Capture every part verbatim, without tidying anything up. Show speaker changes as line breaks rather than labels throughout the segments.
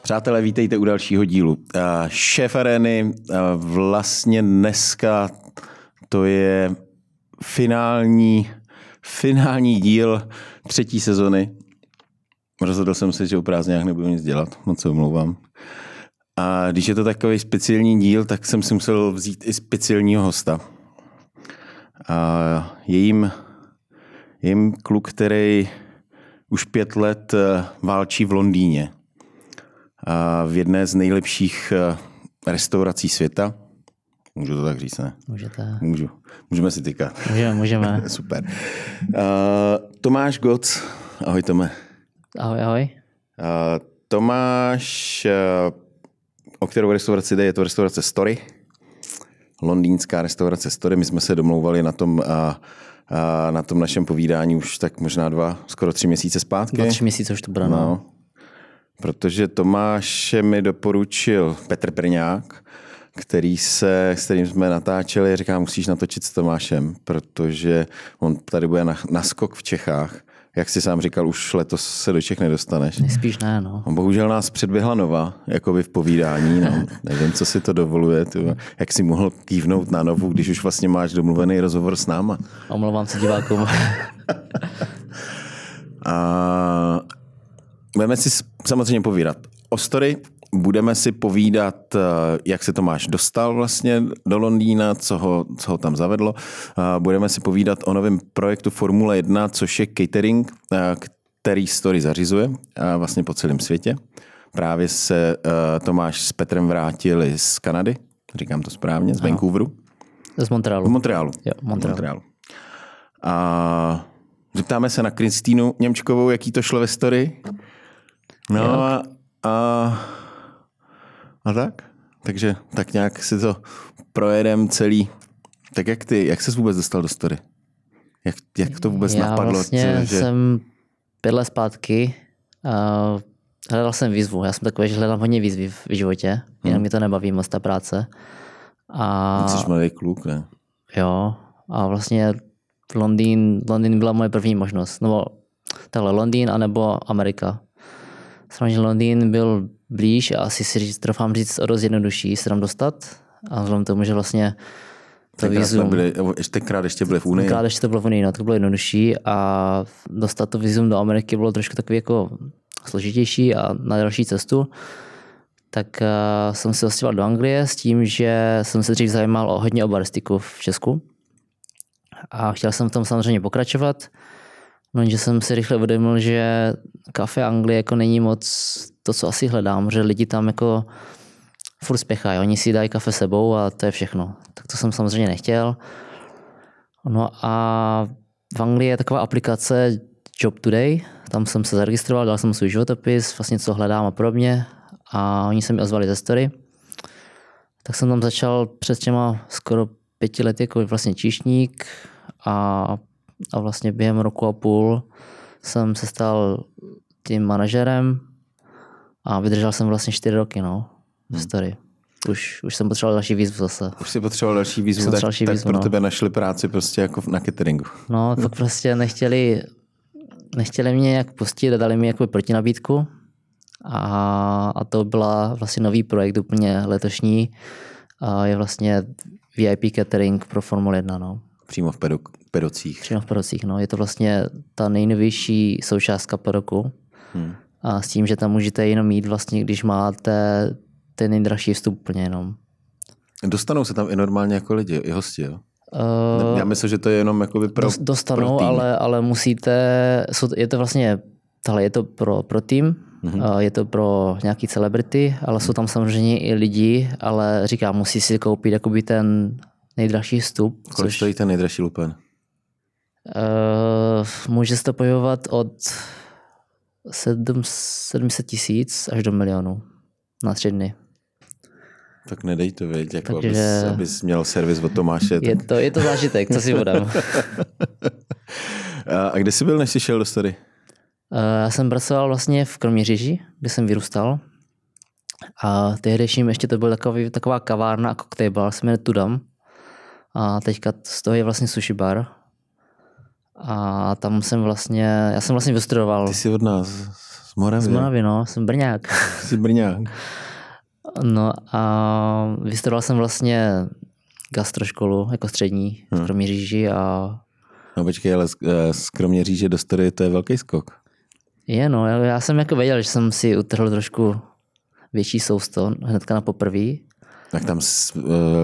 Přátelé, vítejte u dalšího dílu. Šéf arény vlastně dneska to je finální, finální díl třetí sezony. Rozhodl jsem se, že o prázdninách nebudu nic dělat, moc se omlouvám. A když je to takový speciální díl, tak jsem si musel vzít i speciálního hosta. A je jim, je jim kluk, který už pět let válčí v Londýně. A v jedné z nejlepších restaurací světa. Můžu to tak říct, ne?
Můžete.
Můžu. Můžeme si tykat.
Můžeme, můžeme.
Super. Uh, Tomáš Goc. Ahoj, Tome.
Ahoj, ahoj.
Uh, Tomáš, uh, o kterou restauraci jde, je to restaurace Story. Londýnská restaurace Story. My jsme se domlouvali na tom, uh, uh, na tom našem povídání už tak možná dva, skoro tři měsíce zpátky.
Dva, tři měsíce už to bylo.
No. Protože Tomáše mi doporučil Petr Prňák, který se, s kterým jsme natáčeli, říká, musíš natočit s Tomášem, protože on tady bude na, na skok v Čechách. Jak jsi sám říkal, už letos se do Čech nedostaneš.
Spíš ne, no.
On bohužel nás předběhla Nova, jakoby v povídání. No. Nevím, co si to dovoluje. Tyba. Jak jsi mohl kývnout na Novu, když už vlastně máš domluvený rozhovor s náma.
Omlouvám se divákům.
A budeme si samozřejmě povídat o Story. Budeme si povídat, jak se Tomáš dostal vlastně do Londýna, co ho, co ho tam zavedlo. Budeme si povídat o novém projektu Formule jedna, což je catering, který Story zařizuje vlastně po celém světě. Právě se Tomáš s Petrem vrátili z Kanady, říkám to správně, z Vancouveru.
Z Montrealu.
Z Montrealu.
Jo, Montrealu.
Montrealu. A zeptáme se na Kristýnu Němčkovou, jaký to šlo ve Story. No a, a A tak? Takže tak nějak si to projedem celý. Tak jak ty, jak ses vůbec dostal do Story? Jak, jak to vůbec
Já
napadlo?
vlastně
že...
jsem pět let zpátky uh, hledal jsem výzvu. Já jsem takový, že hledám hodně výzvy v životě. Jinak hmm. mi to nebaví moc ta práce. A...
Jsi mladý kluk, ne?
Jo. A vlastně Londýn, Londýn byla moje první možnost. Nebo takhle Londýn anebo Amerika. Samozřejmě Londýn byl blíž a asi si říct, trofám říct o dost jednodušší se tam dostat. A vzhledem tomu, že vlastně to vízum...
Tenkrát ještě byli v Unii.
Tenkrát ještě to bylo v Unii, no, to bylo jednodušší a dostat to vízum do Ameriky bylo trošku takový jako složitější a na další cestu. Tak uh, jsem se dostal do Anglie s tím, že jsem se dřív zajímal o hodně o baristiku v Česku. A chtěl jsem v tom samozřejmě pokračovat. No, že jsem si rychle uvědomil, že kafe Anglie jako není moc to, co asi hledám, že lidi tam jako furt spěchají, oni si dají kafe sebou a to je všechno. Tak to jsem samozřejmě nechtěl. No a v Anglii je taková aplikace Job Today, tam jsem se zaregistroval, dal jsem svůj životopis, vlastně co hledám a podobně a oni se mi ozvali ze Story. Tak jsem tam začal před těma skoro pěti lety jako vlastně číšník a A vlastně během roku a půl jsem se stal tím manažerem a vydržel jsem vlastně čtyři roky, no, v Story. Už, už jsem potřeboval další výzvu zase.
Už si potřeboval další výzvu, tak,
další
tak
výzvu,
pro
no.
tebe našli práci prostě jako na cateringu.
No, tak prostě nechtěli, nechtěli mě nějak pustit, dali mi jako protinabídku a, a to byla vlastně nový projekt úplně letošní. A je vlastně V I P catering pro Formule jedna, no.
Přímo v pedok, pedocích.
Přímo v pedocích, no. Je to vlastně ta nejnovější součástka pedoku. Hmm. A s tím, že tam můžete jenom jít vlastně, když máte ten nejdražší vstup úplně jenom.
Dostanou se tam i normálně jako lidi, i hosti, jo?
Uh,
Já myslím, že to je jenom jakoby pro
Dostanou,
pro tým.
ale, ale musíte, je to vlastně, tahle je to pro, pro tým, mm-hmm. je to pro nějaký celebrity, ale jsou tam samozřejmě i lidi, ale říkám, musí si koupit jakoby ten nejdražší vstup.
Kolik což, stojí ten nejdražší lupen?
Uh, může se to pohybovat od sedm set tisíc až do milionu na tři dny.
Tak nedej to, věď, jako
Takže...
abys, abys měl servis od Tomáše.
Je
tak...
to, je to zážitek, co si budem.
A kde jsi byl, než jsi šel do Story?
Uh, já jsem pracoval vlastně v Kroměříži, kde jsem vyrůstal. A tehdejším ještě to byla takový, taková kavárna a koktejl bar, se jmenuje Tudam. A teďka z toho je vlastně sushi bar. A tam jsem vlastně, já jsem vlastně vystudoval.
Ty jsi od nás, z Moravy.
Z Moravy, no, jsem Brňák.
Jsi Brňák.
No a vystudoval jsem vlastně gastroškolu jako střední v Kroměříži a...
No počkej, ale z, z Kroměříže do Story to je velký skok.
Je, no, já, já jsem jako věděl, že jsem si utrhl trošku větší sousto hnedka na poprví.
Tak tam uh,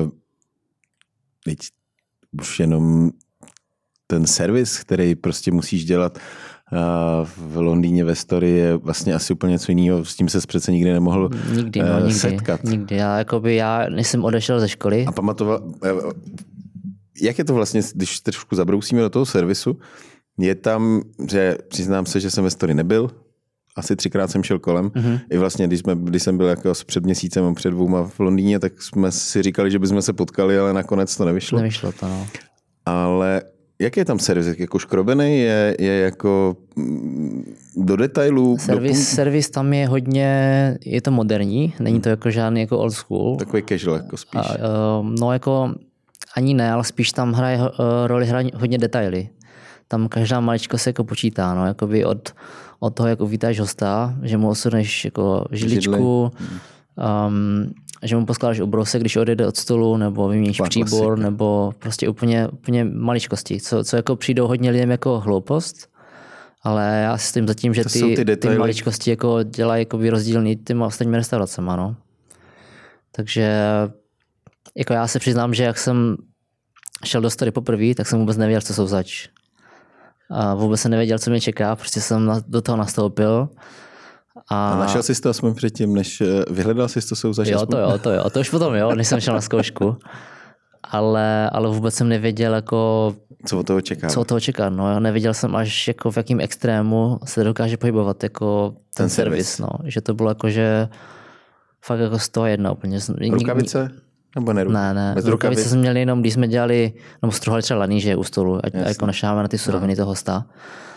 teď už jenom ten servis, který prostě musíš dělat uh, v Londýně ve Story, je vlastně asi úplně něco jiného. S tím ses přece nikdy nemohl
nikdy, no,
uh,
nikdy,
setkat.
Nikdy. Já, jakoby, já než jsem odešel ze školy.
A pamatoval, uh, jak je to vlastně, když trošku zabrousíme do toho servisu, je tam, že přiznám se, že jsem ve Story nebyl, asi třikrát jsem šel kolem. Mm-hmm. I vlastně, když, jsme, když jsem byl jako před měsícem a před dvouma v Londýně, tak jsme si říkali, že bychom se potkali, ale nakonec to nevyšlo.
Nevyšlo to, no.
Ale jak je tam servis? Jako škrobený? Je, je jako do detailů?
Servis,
do...
servis tam je hodně, je to moderní, není to jako žádný jako old school.
Takový casual jako spíš.
A, uh, no jako ani ne, ale spíš tam hraje uh, roli hraje hodně detaily. Tam každá maličko se jako počítá, no, jakoby od, od toho, jak uvítáš hosta, že mu osuneš jako židličku, um, že mu poskládáš obrousek, když odjede od stolu, nebo vyměníš příbor, klasika. Nebo prostě úplně, úplně maličkosti, co, co jako přijdou hodně lidem jako hloupost, ale já si stojím za tím, že ty, ty, ty maličkosti jako dělají jakoby rozdílný těma ostatními restauracemi, no. Takže jako já se přiznám, že jak jsem šel do Story poprvé, tak jsem vůbec nevěděl, co jsou zač. A vůbec jsem nevěděl, co mě čeká, prostě jsem do toho nastoupil. A,
a našel jsi to aspoň předtím, než vyhledal jsi to souzač?
Jo, to jo, to jo, to už potom jo, než jsem šel na zkoušku. Ale, ale vůbec jsem nevěděl, jako,
co od toho čeká.
Co od toho čeká, no, nevěděl jsem až jako v jakém extrému se dokáže pohybovat jako ten, ten servis, servis, no, že to bylo jako, že fakt jako sto jedna úplně.
Rukavice? Nebo ne?
Ne, ne. Bez rukavice jsme měli jenom, když jsme dělali, nebo struhali třeba laníže u stolu, ať jako nešáme na ty suroviny toho hosta.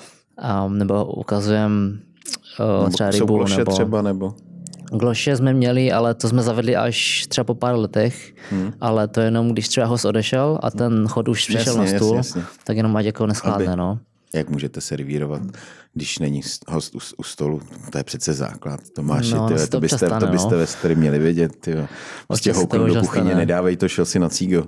Um, nebo ukazujeme uh, třeba rybu.
Gloše
nebo...
třeba, nebo?
Gloše jsme měli, ale to jsme zavedli až třeba po pár letech, hmm. ale to jenom, když třeba host odešel a ten chod už přišel
jasně,
na stůl,
jasně, jasně.
tak jenom ať jako neschládne, no.
Jak můžete servírovat, když není host u, u stolu? To je přece základ. Tomáši, no, tyhle, to, byste, stane, to byste no. ve Story měli vědět. Tyhle. Prostě houknout do kuchyně, stane. Nedávej to, šel si na cígo.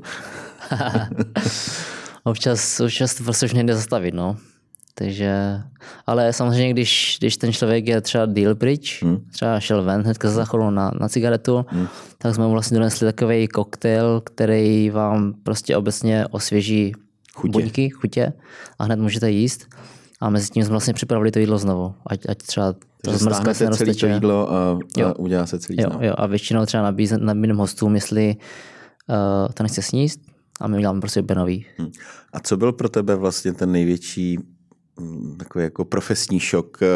občas, občas to prostě už nejde zastavit, no. Takže, ale samozřejmě, když, když ten člověk je třeba deal pryč, hmm. třeba šel ven hnedka za chvilou na, na cigaretu, hmm. tak jsme mu vlastně donesli takový koktejl, který vám prostě obecně osvěží chutě. buňky, chutě a hned můžete jíst. A mezi tím jsme vlastně připravili to jídlo znovu. Ať, ať třeba to zmrzka se
celé to jídlo a, a udělá se celý
jo, jo, a většinou třeba nabídneme hostům, jestli uh, to nechce sníst a my uděláme prostě benový.
Hmm. A co byl pro tebe vlastně ten největší takový jako profesní šok uh,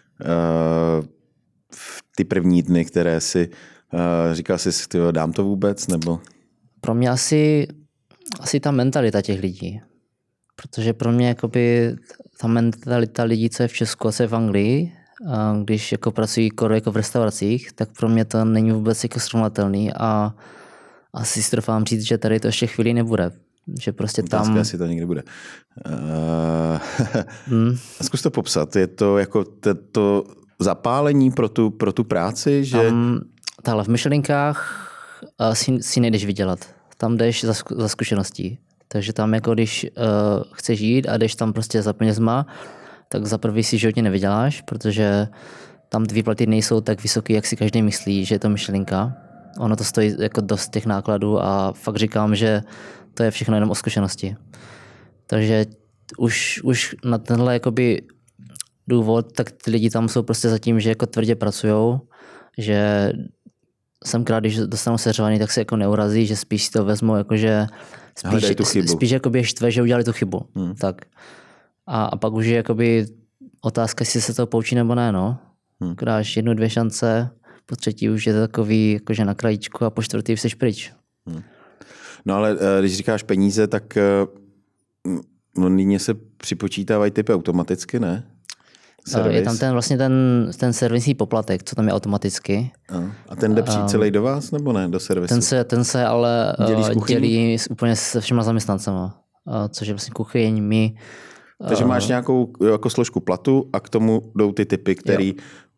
v ty první dny, které si uh, říkal jsi, tyjo, dám to vůbec, nebo?
Pro mě asi, asi ta mentalita těch lidí. Protože pro mě jakoby ta mentalita lidí, co je v Česku a co je v Anglii, a když jako pracují jako v restauracích, tak pro mě to není vůbec jako srovnatelný a asi si trofám říct, že tady to ještě chvíli nebude. Že prostě tam...
asi to nikdy bude. Uh, hmm. Zkus to popsat. Je to jako to zapálení pro tu, pro tu práci? Že...
Tam, tahle v myšlenkách uh, si, si nejdeš vydělat. Tam jdeš za, za zkušeností. Takže tam jako když uh, chceš jít a jdeš tam prostě za penězma, tak za prvý si životně nevyděláš, protože tam ty výplaty nejsou tak vysoké, jak si každý myslí, že je to myšlenka. Ono to stojí jako dost těch nákladů a fakt říkám, že to je všechno jenom o zkušenosti. Takže už, už na tenhle jakoby důvod, tak ty lidi tam jsou prostě zatím, že jako tvrdě pracujou, že jsem krát, když dostanou seřovaný, tak se jako neurazí, že spíš si to vezmou, jakože spíš, spíš jakoby štve, že udělali tu chybu. Hmm. Tak. A, a pak už je jakoby otázka, jestli se to poučí nebo ne, no. Hmm. Dáš jednu, dvě šance, po třetí už je to takový jakože na krajíčku a po čtvrtý jsi pryč. Hmm.
No ale když říkáš peníze, tak v Londýně se připočítávají typy automaticky, ne?
Servis. Je tam ten vlastně ten, ten servisní poplatek, co tam je automaticky.
A ten jde přijít celý do vás, nebo ne, do servisu?
Ten se, ten se ale
dělí,
dělí úplně se všema zaměstnancema, což je vlastně kuchyň, my.
Takže máš nějakou jako složku platu a k tomu jdou ty typy, který jo.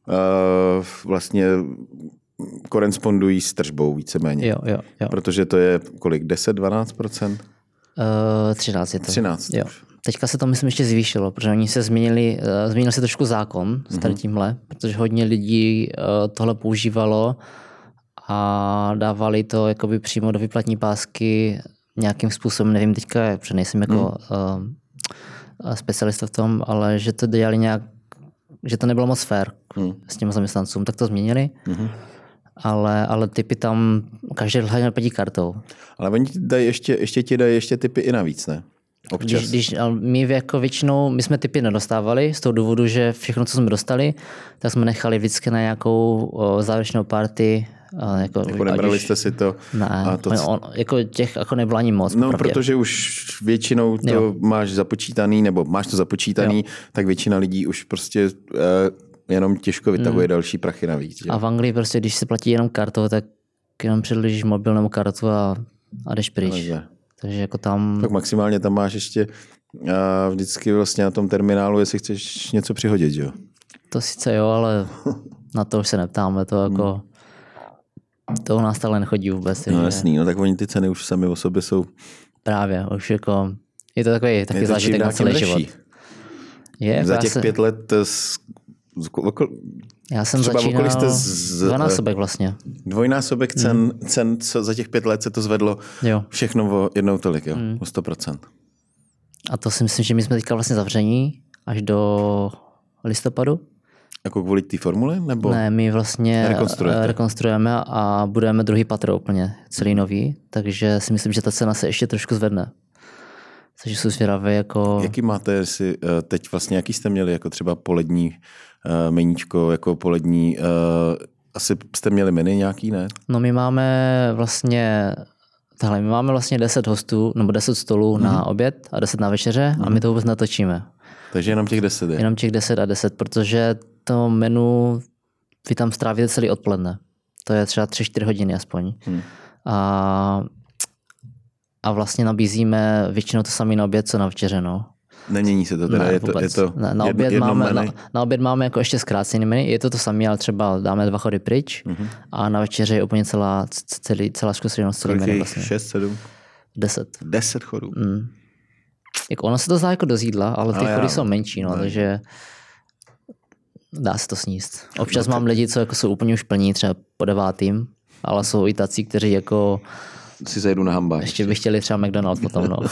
uh, vlastně korespondují s tržbou víceméně.
Jo, jo, jo.
Protože to je kolik, deset dvanáct procent?
Uh, třináct je to.
třináct.
Jo. Teďka se to myslím ještě zvýšilo, protože oni se změnili, uh, změnil se trošku zákon s tady tímhle, protože hodně lidí uh, tohle používalo a dávali to jakoby přímo do výplatní pásky nějakým způsobem, nevím teďka, protože nejsem jako hmm. uh, specialista v tom, ale že to dělali nějak, že to nebylo moc fair hmm. s těmi zaměstnancům, tak to změnili. Hmm. Ale, ale typy tam, každý hlavně platí kartou.
Ale oni dají ještě, ještě ti dají ještě typy i navíc, ne? Občas.
Když, když my jako většinou, my jsme typy nedostávali z toho důvodu, že všechno, co jsme dostali, tak jsme nechali vždycky na nějakou o, závěrečnou party. A jako,
jako nebrali
už,
jste si to?
Ne,
a to...
On, on, jako těch jako nebylo ani moc.
No, pravdě. Protože už většinou to jo. máš započítaný, nebo máš to započítaný, jo. tak většina lidí už prostě eh, jenom těžko vytahuje hmm. další prachy navíc.
A v Anglii prostě, když se platí jenom kartou, tak jenom předložíš mobil nebo kartu a, a jdeš pryč. Ale takže jako tam...
Tak maximálně tam máš ještě a vždycky vlastně na tom terminálu, jestli chceš něco přihodit, jo?
To sice jo, ale na to už se neptáme, to jako... To u nás stále nechodí vůbec.
No jasný, no tak oni ty ceny už sami o sobě jsou...
Právě, už jako... Je to takový, takový zážitek na celý život. Je,
za těch
se...
pět let... Z...
Já jsem třeba začínal jste z... dvojnásobek vlastně.
Dvojnásobek cen, mm. cen, co za těch pět let se to zvedlo jo. všechno o jednou tolik, jo? Mm. o sto procent.
A to si myslím, že my jsme teďka vlastně zavření až do listopadu.
Jako kvůli té formule? Nebo
ne, my vlastně rekonstruujeme a budeme druhý patro úplně, celý nový, takže si myslím, že ta cena se ještě trošku zvedne. Takže jsou zvědavé jako...
Jaký máte si teď vlastně, jaký jste měli jako třeba polední uh, meníčko, jako polední, uh, asi jste měli menu nějaký, ne?
No my máme vlastně, tahle, my máme vlastně deset hostů, nebo deset stolů mm-hmm. na oběd a deset na večeře mm-hmm. a my to vůbec natočíme.
Takže jenom těch deset je?
Jenom těch deset a deset, protože to menu vy tam strávíte celý odpoledne. To je třeba tři čtyři hodiny aspoň. Hmm. A, a vlastně nabízíme většinou to samé na oběd, co na večeře, no.
Nemění se to teda, ne, je, to, je to
na, na, oběd jedno, máme, na, na oběd máme jako ještě zkrácený menu, je to to samé, ale třeba dáme dva chody pryč mm-hmm. a na večeře je úplně celá, celý, celá zkušenost celý menu vlastně.
šest, sedm?
deset.
deset chodů.
Mm. Jako ono se to zdá jako do jídla, ale ty ale chody já, jsou menší, no, ne. takže dá se to sníst. Občas no, mám lidi, co jako jsou úplně už plní, třeba po devátým, ale jsou i tací, kteří jako
si zajedu na hamba.
Ještě by chtěli třeba McDonald's potom, no.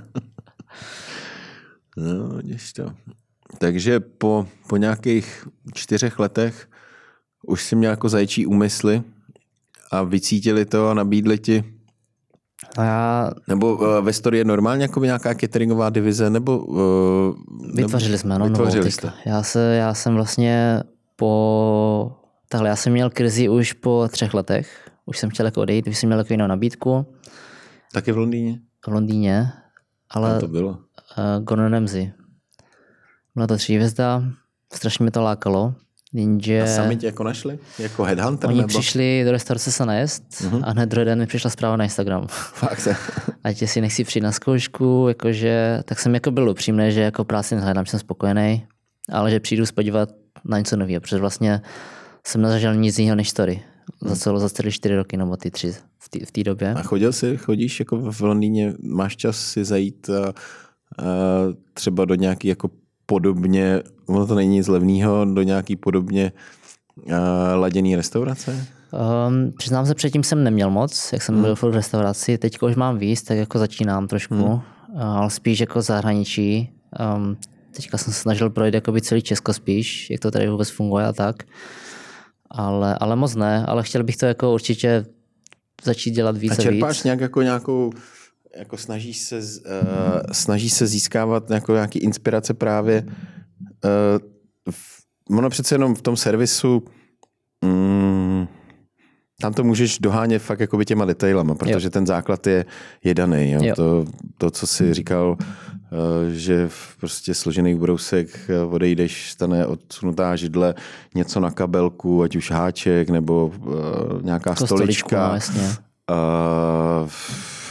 No, děž to. Takže po, po nějakých čtyřech letech už jsi měl jako zajčí úmysly a vycítili to a nabídli ti.
A já...
Nebo uh, ve Story je normálně jako nějaká cateringová divize, nebo... Uh,
vytvořili
nebo,
jsme, no.
Vytvořili jste.
Já, se, já jsem vlastně po... Takhle, já jsem měl krizi už po třech letech. Už jsem chtěl jako odejít, už jsem měl jako jinou nabídku.
Taky v Londýně?
V Londýně, ale...
Tam to bylo?
Uh, Gordon Ramsay. Byla to tři hvězda, strašně mi to lákalo. Jenže...
A sami tě jako našli? Jako headhunter?
Oni
nebo?
přišli do restaurace se najest uh-huh. a hned druhý den mi přišla zpráva na Instagram.
Fakt?
A tě si nechci přijít na zkoušku, jakože, tak jsem jako byl upřímný, že jako práci nehledám, jsem spokojený, ale že přijdu spodívat na něco nového, protože vlastně jsem nezažil nic jiného než Story. Za celou, za celé čtyři roky, nebo ty tři v té době.
A chodil jsi, chodíš jako v Londýně, máš čas si zajít a, a třeba do nějaký jako podobně, ono to není nic levného, do nějaký podobně a, laděný restaurace?
Um, přiznám se, předtím jsem neměl moc, jak jsem hmm. byl v restauraci, teď už mám víc, tak jako začínám trošku, hmm. ale spíš jako zahraničí. Um, teďka jsem se snažil projít jakoby celý Česko spíš, jak to tady vůbec funguje a tak. Ale, ale moc ne, ale chtěl bych to jako určitě začít dělat víc a víc.
A čerpáš nějak jako nějakou, jako snažíš se, uh, snažíš se získávat jako nějaký inspirace právě, uh, v, ono přece jenom v tom servisu, um, tam to můžeš dohánět fakt jakoby těma detailama, protože jo. ten základ je, je daný. Jo? Jo. To, to, co jsi říkal, že v prostě složených brousek odejdeš, stane odsunutá židle, něco na kabelku, ať už háček nebo uh, nějaká
jako
stolička.
Stoličku, no,
uh,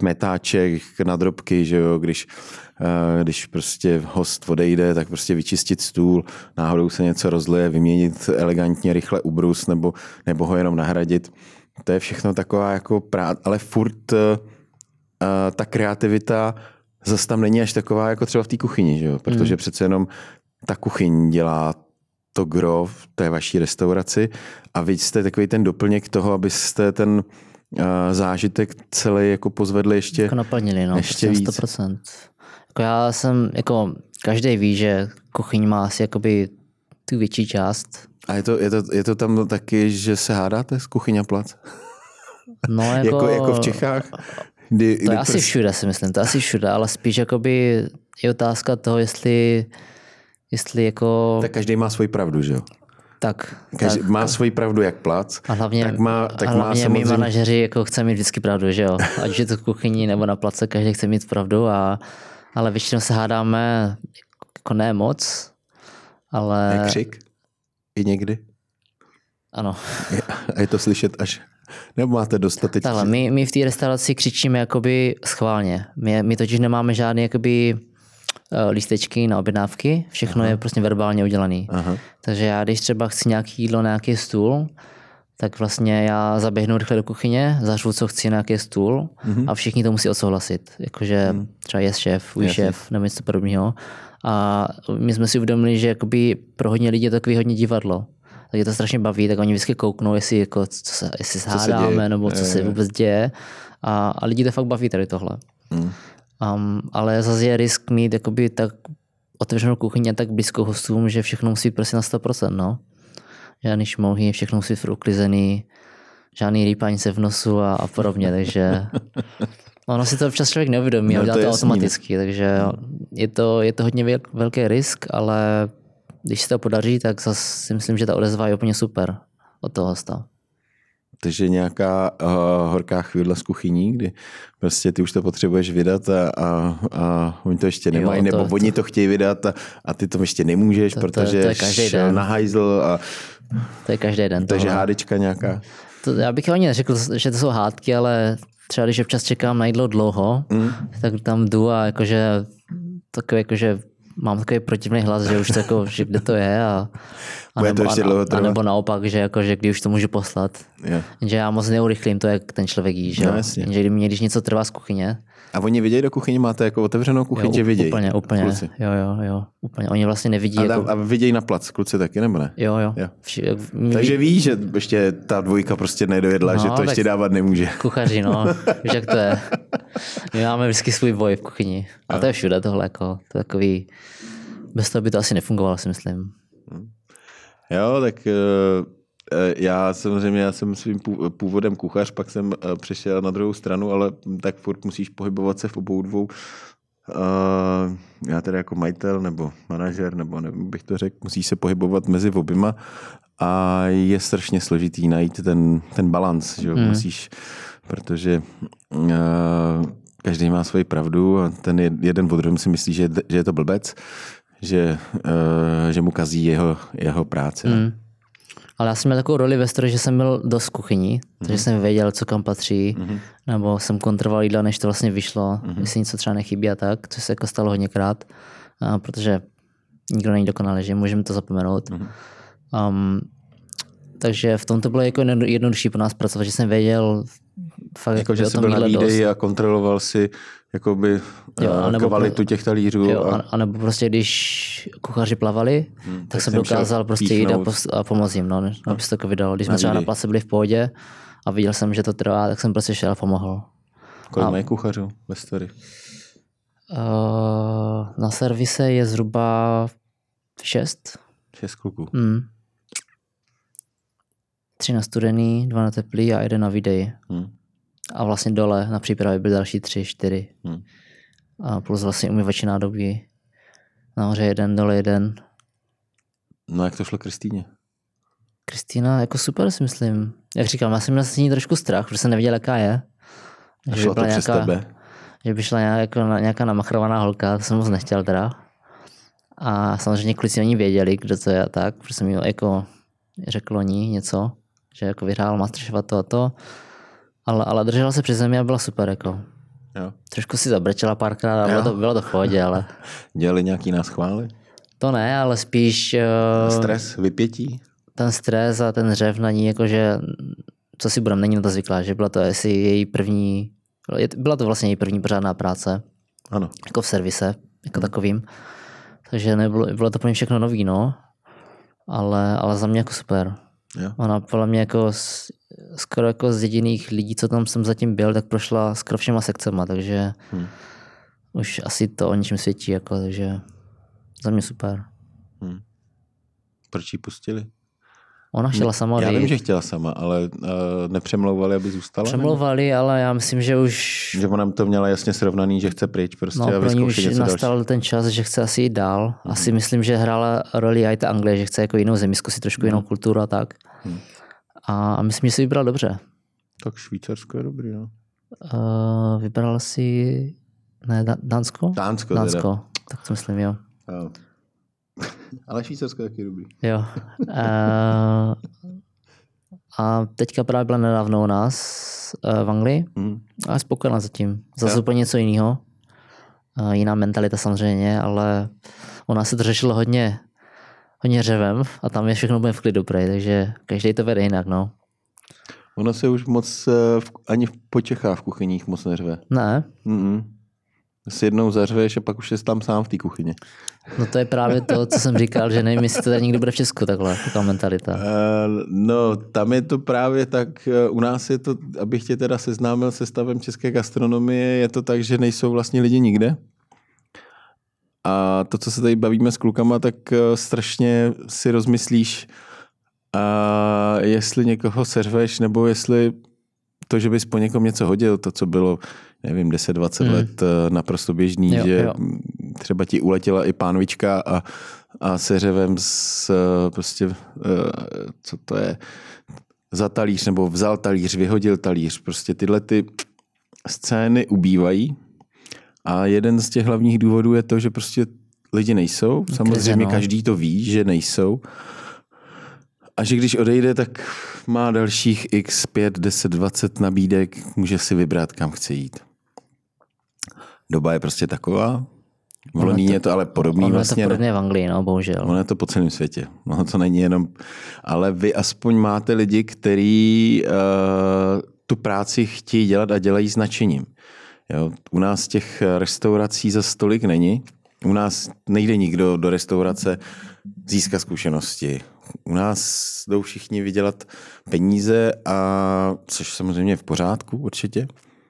smetáček na drobky, že jo, když, když prostě host odejde, tak prostě vyčistit stůl, náhodou se něco rozlije, vyměnit elegantně rychle ubrus nebo, nebo ho jenom nahradit. To je všechno taková jako prá... ale furt uh, ta kreativita zase tam není až taková jako třeba v té kuchyni, že jo? Protože mm. přece jenom ta kuchyň dělá to gro v té vaší restauraci a vy jste takový ten doplněk toho, abyste ten uh, zážitek celý jako pozvedli ještě,
jako naplnili, no,
ještě víc.
sto procent. Jako já jsem, jako každý ví, že kuchyň má asi jakoby tu větší část.
A je to, je to, je to tam taky, že se hádáte z kuchyň a plac?
No, jako,
jako, jako v Čechách? Kdy,
to je asi prs... všude, si myslím, to je asi všude, ale spíš jakoby je otázka toho, jestli, jestli jako...
Tak každý má svoji pravdu, že jo?
Tak.
Každý
tak.
má svoji pravdu jak plac,
a hlavně,
tak má, tak
a
má
hlavně
samozřejmě...
my manažeři jako chceme mít vždycky pravdu, že jo? Ať je to v kuchyni nebo na place, každý chce mít pravdu, a, ale většinou se hádáme jako ne moc, ale...
Je křik? I někdy?
Ano.
A je to slyšet až... Nebo máte dostatečně?
Takhle, my, my v té restauraci křičíme jakoby schválně. My, my totiž nemáme žádné jakoby lístečky na objednávky, všechno Aha. je prostě verbálně udělaný. Aha. Takže já, když třeba chci nějaký jídlo na nějaký stůl, tak vlastně já zaběhnu rychle do kuchyně, zařvu, co chci na nějaký stůl mm-hmm. a všichni to musí odsouhlasit. Jakože mm. třeba jest šéf, uj šéf, nebo něco podobného. A my jsme si uvědomili, že jakoby pro hodně lidí je to takový hodně divadlo. Tak je to strašně baví, tak oni vždycky kouknou, jestli, jako, co se, jestli se hádáme, nebo co je, se vůbec děje. A, a lidi to fakt baví tady tohle. Mm. Um, ale zase je risk mít jakoby tak otevřenou kuchyni a tak blízko hostům, že všechno musí být prostě na sto procent, no. Žádný šmouhy, všechno musí být uklizený, žádný rýpání se v nosu a, a podobně, takže ono si to občas člověk neuvědomí no, a dělá to, to automaticky, takže je to, je to hodně velký risk, ale když se to podaří, tak zase si myslím, že ta odezva je úplně super od toho hosta.
Takže nějaká uh, horká chvíle z kuchyní, kdy prostě ty už to potřebuješ vydat a, a, a oni to ještě nemají, jo, to, nebo to, oni to chtějí vydat a, a ty to ještě nemůžeš, to, protože to, to šel na hajzl. A,
to je každý den.
Takže tohle. Hádečka nějaká.
To, já bych ani neřekl, že to jsou hádky, ale třeba když občas čekám na jídlo dlouho, mm. tak tam jdu a jakože takový jakože mám takový protivný hlas, že už to jako, že kde to je a, a, nebo, a, a nebo naopak, že, jako, že kdy už to můžu poslat. Yeah. Že já moc neurychlím to, jak ten člověk jí. Že, no, že když mě když něco trvá z kuchyně.
A oni vidějí do kuchyně? Máte jako otevřenou kuchyň, jo, že vidějí?
Úplně, úplně.
Kluci.
Jo, jo, jo. Úplně. Oni vlastně nevidí.
A,
jako...
a vidějí na plac kluci taky, nebo ne?
Jo, jo. jo.
Vši, Takže ví, že ještě ta dvojka prostě nedojedla, no, že to ještě dávat nemůže.
Kuchaři, no. Víš, jak to je. My máme vždycky svůj boj v kuchyni. A to je všude tohle. Jako, to je takový... Bez toho by to asi nefungovalo, si myslím.
Jo, tak já samozřejmě, já jsem svým původem kuchař, pak jsem přešel na druhou stranu, ale tak furt musíš pohybovat se v obou dvou. Já teda jako majitel nebo manažer, nebo nevím, bych to řekl, musíš se pohybovat mezi oběma a je strašně složitý najít ten, ten balans, že hmm. musíš, protože každý má svoji pravdu a ten jeden od druhém si myslí, že, že je to blbec, že, uh, že mu kazí jeho, jeho práce. Mm.
Ale já jsem měl takovou roli ve stroji, že jsem byl dost v kuchyni, mm. takže jsem věděl, co kam patří, mm. nebo jsem kontroloval jídla, než to vlastně vyšlo, mm. jestli něco třeba nechybí a tak, což se jako stalo hodněkrát, uh, protože nikdo není dokonalý, že můžeme to zapomenout. Mm. Um, takže v tom to bylo jako jednodušší pro nás pracovat, že jsem věděl fakt
jako, že jsi byl na výdeji a kontroloval si jakoby jo, kvalitu těch talířů.
Jo, a... a nebo prostě když kuchaři plavali, hmm, tak, tak jsem dokázal prostě jít a, a pomoct jim, no, aby se to jako vydalo. Když jsme třeba na place byli v pohodě a viděl jsem, že to trvá, tak jsem prostě šel a pomohl.
Kolik a... mají kuchařů ve story?
Uh, na servise je zhruba šest.
Šest kluků.
Hmm. Tři na studený, dva na teplý a jeden na výdej. Hmm. A vlastně dole na přípravě byly další tři, čtyři. Hmm. A plus vlastně umývači nádobí. Nahoře jeden, dole jeden.
No jak to šlo Kristýně?
Kristýna jako super, si myslím. Jak říkám, já jsem měl s ní trošku strach, protože jsem nevěděl, jaká je.
A šlo to přes tebe?
Že by šla nějaká, nějaká namachrovaná holka, to jsem moc nechtěl teda. A samozřejmě kluci oni věděli, kdo to je a tak, protože jsem jim jako řekl o ní něco, že jako vyhrál Masterchef a to a to. Ale, ale držela se při zemi a byla super. Jako.
Jo.
Trošku si zabrečela párkrát, ale bylo to, bylo to v pohodě, ale...
Dělali nějaký náschvály?
To ne, ale spíš... Uh,
Stres, vypětí?
Ten stres a ten hřev na ní, jakože, co si budem, není na to zvyklá, že byla to asi její první, byla to vlastně její první pořádná práce.
Ano.
Jako v servise, jako hmm. takovým. Takže nebylo, bylo to pro mě všechno nový, no. Ale, ale za mě jako super.
Jo.
Ona podle mě jako z, skoro jako z jediných lidí, co tam jsem zatím byl, tak prošla skoro všema sekcema, takže hmm. už asi to o ničem svědčí, jako, takže za mě super.
Hmm. Proč ji pustili?
Ona chtěla sama.
Já vím, že chtěla sama, ale uh, nepřemlouvali, aby zůstala?
Přemlouvali, nebo? Ale já myslím, že už...
Že ona to měla jasně srovnaný, že chce pryč prostě
no,
a vyzkoušet něco
nastal
další.
ten čas, že chce asi jít dál. Mm-hmm. Asi myslím, že hrála roli i ta Anglie, že chce jako jinou zemi, zkusit trošku mm-hmm. jinou kulturu a tak. Mm. A, a myslím, že si vybral dobře.
Tak Švýcarsko je dobrý, no.
Uh, vybral si... Ne, Dánsko?
Dánsko,
Dánsko.
Teda.
Tak to myslím, jo.
Oh. Ale Švýcarsko je taky dobrý.
Jo. Uh, a teďka právě byla nedávno u nás uh, v Anglii. Mm. A je spokojená zatím. Zase úplně něco jiného. Uh, jiná mentalita samozřejmě, ale u nás se to řešilo hodně, hodně řevem a tam je všechno úplně v klidu prej, takže každý to vede jinak, no.
Ono se už moc uh, ani po Čechách v kuchyních moc neřve.
Ne.
Mm-mm. Si jednou zařveš a pak už jsi tam sám v té kuchyni.
No to je právě to, co jsem říkal, že nevím, jestli to tady někdy bude v Česku takhle, taková mentalita. Uh,
no, tam je to právě tak, uh, u nás je to, abych tě teda seznámil se stavem české gastronomie, je to tak, že nejsou vlastně lidi nikde. A to, co se tady bavíme s klukama, tak uh, strašně si rozmyslíš, uh, jestli někoho seřveš, nebo jestli to, že bys po někom něco hodil, to, co bylo, nevím, deset dvacet hmm. let naprosto běžný, jo, že jo. Třeba ti uletěla i pánvička a, a seřevem s prostě, co to je, za talíř, nebo vzal talíř, vyhodil talíř. Prostě tyhle ty scény ubývají a jeden z těch hlavních důvodů je to, že prostě lidi nejsou. Samozřejmě
no.
Každý to ví, že nejsou. A že když odejde, tak má dalších x pět, deset, dvacet nabídek, může si vybrat, kam chce jít. Doba je prostě taková. V Londýně je to ale podobný
ono
vlastně.
Je to podobně v Anglii, no, bohužel.
Ono je to po celém světě. No, to není jenom... Ale vy aspoň máte lidi, kteří uh, tu práci chtějí dělat a dělají s nadšením. Jo? U nás těch restaurací za stolik není. U nás nejde nikdo do restaurace získat zkušenosti. U nás jdou všichni vydělat peníze, a což samozřejmě je v pořádku určitě,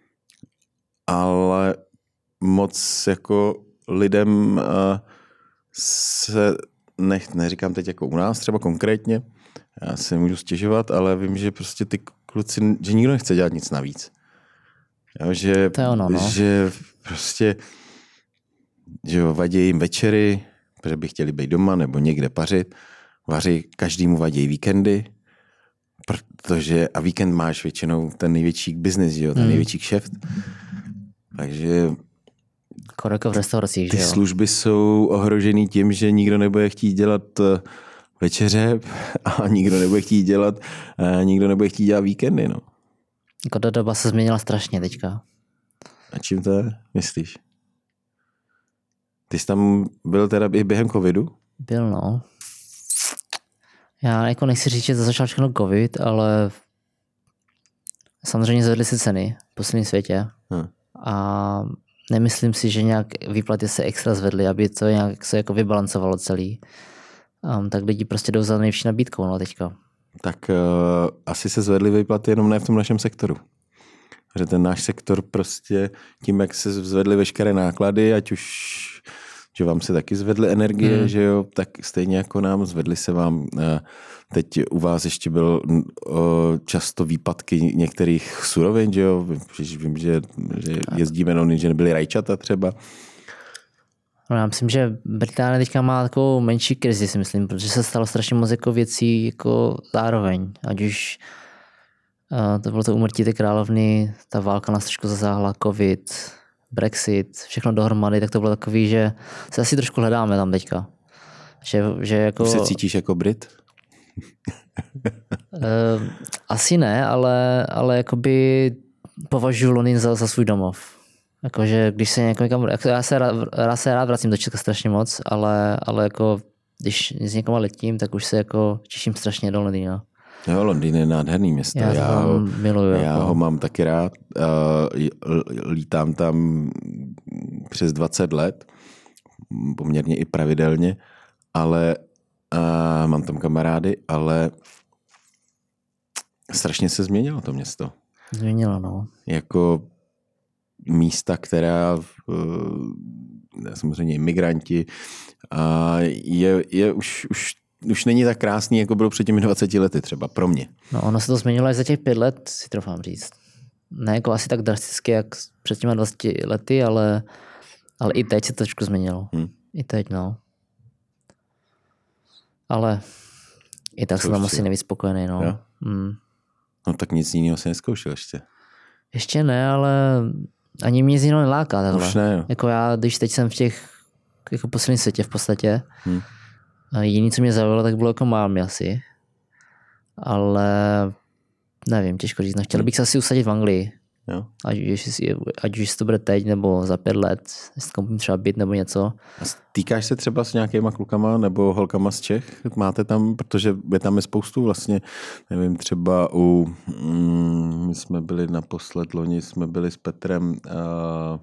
ale moc jako lidem se, ne, neříkám teď jako u nás třeba konkrétně, já si nemůžu stěžovat, ale vím, že prostě ty kluci, že nikdo nechce dělat nic navíc. Jo, že,
to je ono, no.
že prostě že jo, vadí jim večery, protože by chtěli být doma nebo někde pařit. Vaří, každému vadí víkendy, protože a víkend máš většinou ten největší biznis, jo, ten hmm. největší kšeft. Takže
jako v restauracích,
ty
že jo?
služby jsou ohrožený tím, že nikdo nebude chtít dělat večeře a nikdo nebude chtít dělat, nikdo nebude chtít dělat víkendy, no.
Jako ta doba se změnila strašně teďka.
A čím to je, myslíš? Ty jsi tam byl teda i během covidu?
Byl, no. Já jako nechci říct, že to začal všechno covid, ale samozřejmě zvedly se ceny v posledním světě. Hmm. A nemyslím si, že nějak výplaty se extra zvedly, aby to nějak se jako vybalancovalo celý. Um, tak lidi prostě jdou za nejvyšší nabídkou, no teďka.
Tak uh, asi se zvedly výplaty jenom ne v tom našem sektoru. Že ten náš sektor prostě tím, jak se zvedly veškeré náklady, ať už že vám se taky zvedly energie, hmm. že jo, tak stejně jako nám zvedly se vám, teď u vás ještě byl často výpadky některých surovin, že jo, vím, že, že jezdíme, no, že nebyly rajčata třeba.
No, já myslím, že Británie teďka má takovou menší krizi, si myslím, protože se stalo strašně moc jako věcí jako zároveň, ať už uh, to bylo to úmrtí té královny, ta válka nás trošku zasáhla, covid, Brexit, všechno dohromady, tak to bylo takový, že se asi trošku hledáme tam teďka. Že, že jako...
Už se cítíš jako Brit?
uh, asi ne, ale, ale jakoby považuji Londýn za, za svůj domov. Jakože když se někam, jako já se rád, rád se rád vracím do Česka strašně moc, ale, ale jako když s někam letím, tak už se jako těším strašně do Londýna.
Jo, Londýn je nádherný město.
Já,
já, ho,
miluju,
já
jako.
ho mám taky rád. Uh, lítám tam přes dvacet let, poměrně i pravidelně, ale uh, mám tam kamarády, ale strašně se změnilo to město.
Změnilo, no.
Jako místa, která uh, samozřejmě imigranti a je, je už, už, už není tak krásný, jako bylo před těmi dvaceti lety třeba pro mě.
No ono se to změnilo až za těch pět let, si trofám říct. Ne jako asi tak drasticky, jak před těmi dvaceti lety, ale, ale i teď se to trošku změnilo. Hmm. I teď, no. Ale i tak jsem tam asi nejvíc spokojený, no. Hmm.
No tak nic jiného se neskoušel ještě.
Ještě ne, ale ani mě z jiného neláká takhle.
Už ne, jo.
Jako já, když teď jsem v těch jako posledním světě v podstatě, hmm. a jediný, co mě zaujalo, tak bylo jako Miami asi. Ale nevím, těžko říct. No, chtěl bych se asi usadit v Anglii.
Jo.
Ať, ať už to bude teď, nebo za pět let, jestli koupím třeba byt nebo něco.
A stýkáš se třeba s nějakýma klukama nebo holkama z Čech? Máte tam, protože je tam je spoustu vlastně, nevím, třeba u, mm, my jsme byli naposled loni, jsme byli s Petrem, uh,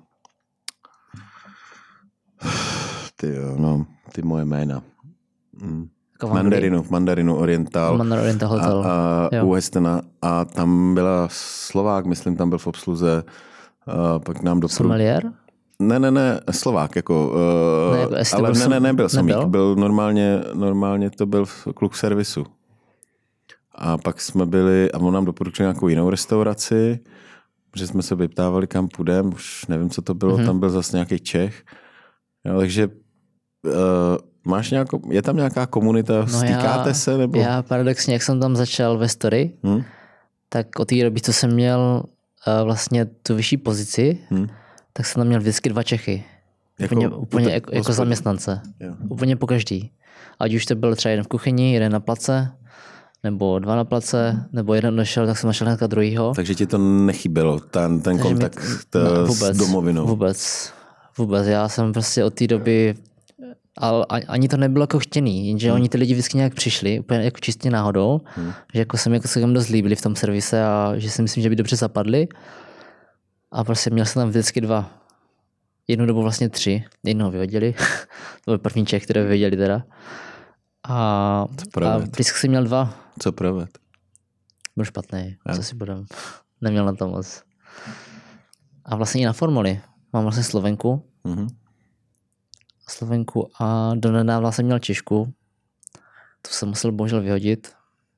ty, no, ty moje jména. Mm.
Jako
Mandarinu, Mandarinu Oriental,
Mandarin Oriental Hotel.
A, a u Hestona a tam byla Slovák, myslím, tam byl v obsluze, a pak nám doporučil.
Sommelier?
Ne, ne, ne, Slovák, jako, uh,
ne, jako
ale ne, ne, nebyl somík,
nebyl?
byl normálně, normálně to byl kluk servisu. A pak jsme byli, a on nám doporučil nějakou jinou restauraci, že jsme se vyptávali, kam půjdem, už nevím, co to bylo, mm-hmm. tam byl zase nějaký Čech. Jo, takže uh, máš nějakou, je tam nějaká komunita,
no
stýkáte
já,
se? Nebo?
Já paradoxně, jak jsem tam začal ve story, hmm? tak od té doby, co jsem měl uh, vlastně tu vyšší pozici, hmm? tak jsem tam měl vždycky dva Čechy.
Jako,
úplně úplně jako, jako zaměstnance. Jo. Úplně po každý. Ať už to byl třeba jeden v kuchyni, jeden na place, nebo dva na place, nebo jeden došel, tak jsem našel hnedka druhýho.
Takže ti to nechybělo, ten, ten kontakt t, no, vůbec, s domovinou?
Vůbec. Vůbec. Já jsem prostě od té doby, ale ani to nebylo jako chtěný, jenže hmm. oni ty lidi vždycky nějak přišli, úplně jako čistě náhodou, hmm. že jako se mi jako se dost líbili v tom servise a že si myslím, že by dobře zapadli. A prostě měl jsem tam vždycky dva. Jednu dobu vlastně tři. Jednoho vyhodili. To byl první Čech, který vyhodili teda. A, a vždycky jsem měl dva.
Co proved?
Byl špatný. Ja. Co si budem. Neměl na to moc. A vlastně i na formuli. Mám vlastně Slovenku. Mm-hmm. Slovenku a donedávna jsem měl Češku. To jsem musel bohužel vyhodit.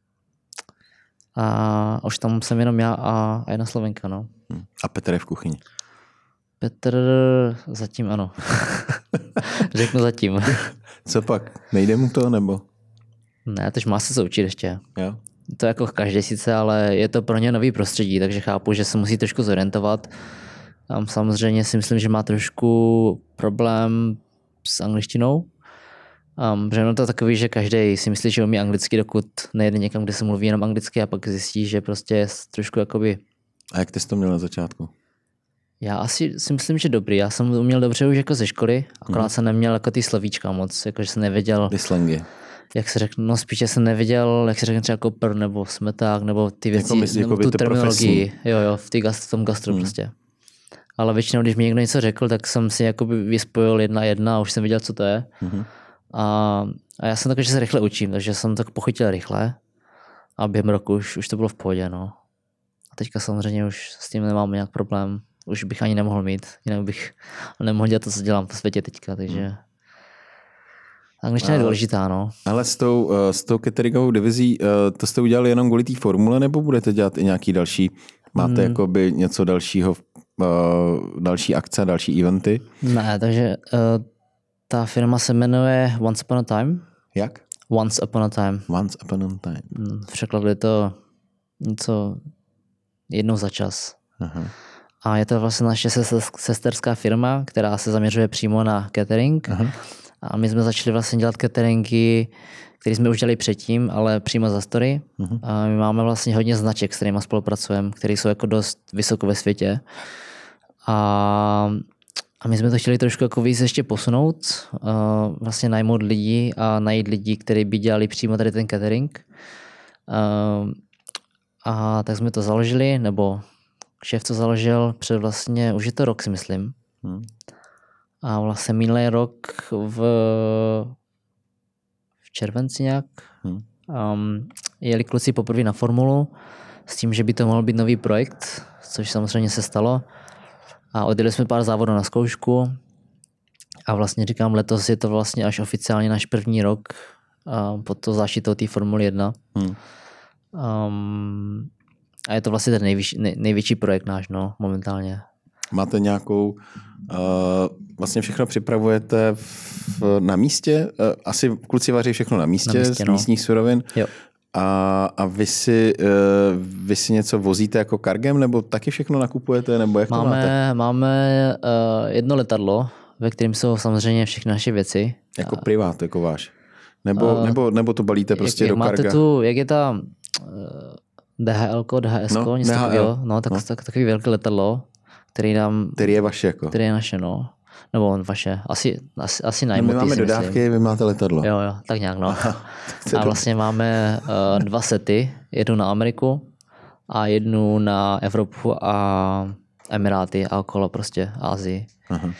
A už tam jsem jenom já a, a jedna Slovenka, no.
A Petr je v kuchyni?
Petr zatím ano. Řeknu zatím.
Co pak? Nejde mu to, nebo?
Ne, tož má se co učit ještě.
Jo.
To jako každý sice, ale je to pro ně nový prostředí, takže chápu, že se musí trošku zorientovat. Tam samozřejmě si myslím, že má trošku problém s angličtinou. Um, protože no to je takový, že každý si myslí, že umí anglicky, dokud nejde někam, kde se mluví jenom anglicky a pak zjistí, že prostě je trošku jakoby...
A jak ty jsi to měl na začátku?
Já asi si myslím, že dobrý. Já jsem uměl dobře už jako ze školy, akorát hmm. jsem neměl jako ty slovíčka moc, jakože jsem nevěděl...
Ty slangy.
Jak se řekne, no spíš jsem nevěděl, jak se řekne třeba kopr nebo smeták, nebo ty věci,
jako myslí,
nebo
jako
tu terminologii.
Profesní.
Jo, jo, v, tý gastro, v tom gastru hmm. prostě. Ale většinou, když mi někdo něco řekl, tak jsem si jakoby vyspojil jedna jedna a už jsem věděl, co to je. Hmm. A, a já jsem takový, že se rychle učím, takže jsem tak pochytil rychle a během roku už, už to bylo v pohodě, no. A teďka samozřejmě už s tím nemám nějak problém. Už bych ani nemohl mít, jinak bych nemohl dělat to, co dělám v světě teďka, takže... Hmm. Angličtina je důležitá, no.
Ale s tou, s tou cateringovou divizí, to jste udělali jenom kvůli té formule, nebo budete dělat i nějaký další, máte hmm. jakoby něco dalšího, další akce, další eventy?
Ne, takže uh, ta firma se jmenuje Once Upon a Time.
Jak?
Once Upon a Time.
Once Upon a Time.
V překladu je to něco jednou za čas. Aha. A je to vlastně naše sesterská firma, která se zaměřuje přímo na catering. Aha. A my jsme začali vlastně dělat cateringy, které jsme už dělali předtím, ale přímo za story. Uh-huh. A my máme vlastně hodně značek, s kterými spolupracujeme, které jsou jako dost vysoko ve světě. A, a my jsme to chtěli trošku jako víc ještě posunout, uh, vlastně najmout lidi a najít lidi, kteří by dělali přímo tady ten catering. Uh, a tak jsme to založili, nebo šéf to založil před vlastně, už je to rok si myslím. Hmm. A vlastně minulý rok v, v červenci nějak hmm. um, jeli kluci poprvé na formulu s tím, že by to mohl být nový projekt, což samozřejmě se stalo. A odjeli jsme pár závodů na zkoušku a vlastně říkám, letos je to vlastně až oficiálně náš první rok uh, pod to záštitou té Formuly jedna. Hmm. Um, a je to vlastně ten největší, nej, největší projekt náš, no, momentálně.
Máte nějakou, uh, vlastně všechno připravujete v, na místě? Uh, asi kluci vaří všechno na místě, na místě z no. místních surovin.
Jo.
A, a vy, si, uh, vy si něco vozíte jako kargem, nebo taky všechno nakupujete, nebo jak
máme,
to máte?
Máme uh, jedno letadlo, ve kterém jsou samozřejmě všechny naše věci.
Jako uh, privát, jako váš? Nebo, uh, nebo, nebo to balíte prostě
jak,
do
máte
karga?
Tu, jak je ta uh, D H L, D H S, no, něco takového, no, tak, no. Tak, takový velké letadlo, který nám...
Který je vaše jako?
Který je naše, no. Nebo vaše, asi, asi, asi najmutý,
no, my máme dodávky, myslím. Vy máte letadlo.
Jo, jo, tak nějak, no. Aha, a vlastně máme uh, dva sety, jednu na Ameriku a jednu na Evropu a Emiráty a okolo prostě Asii. Aha.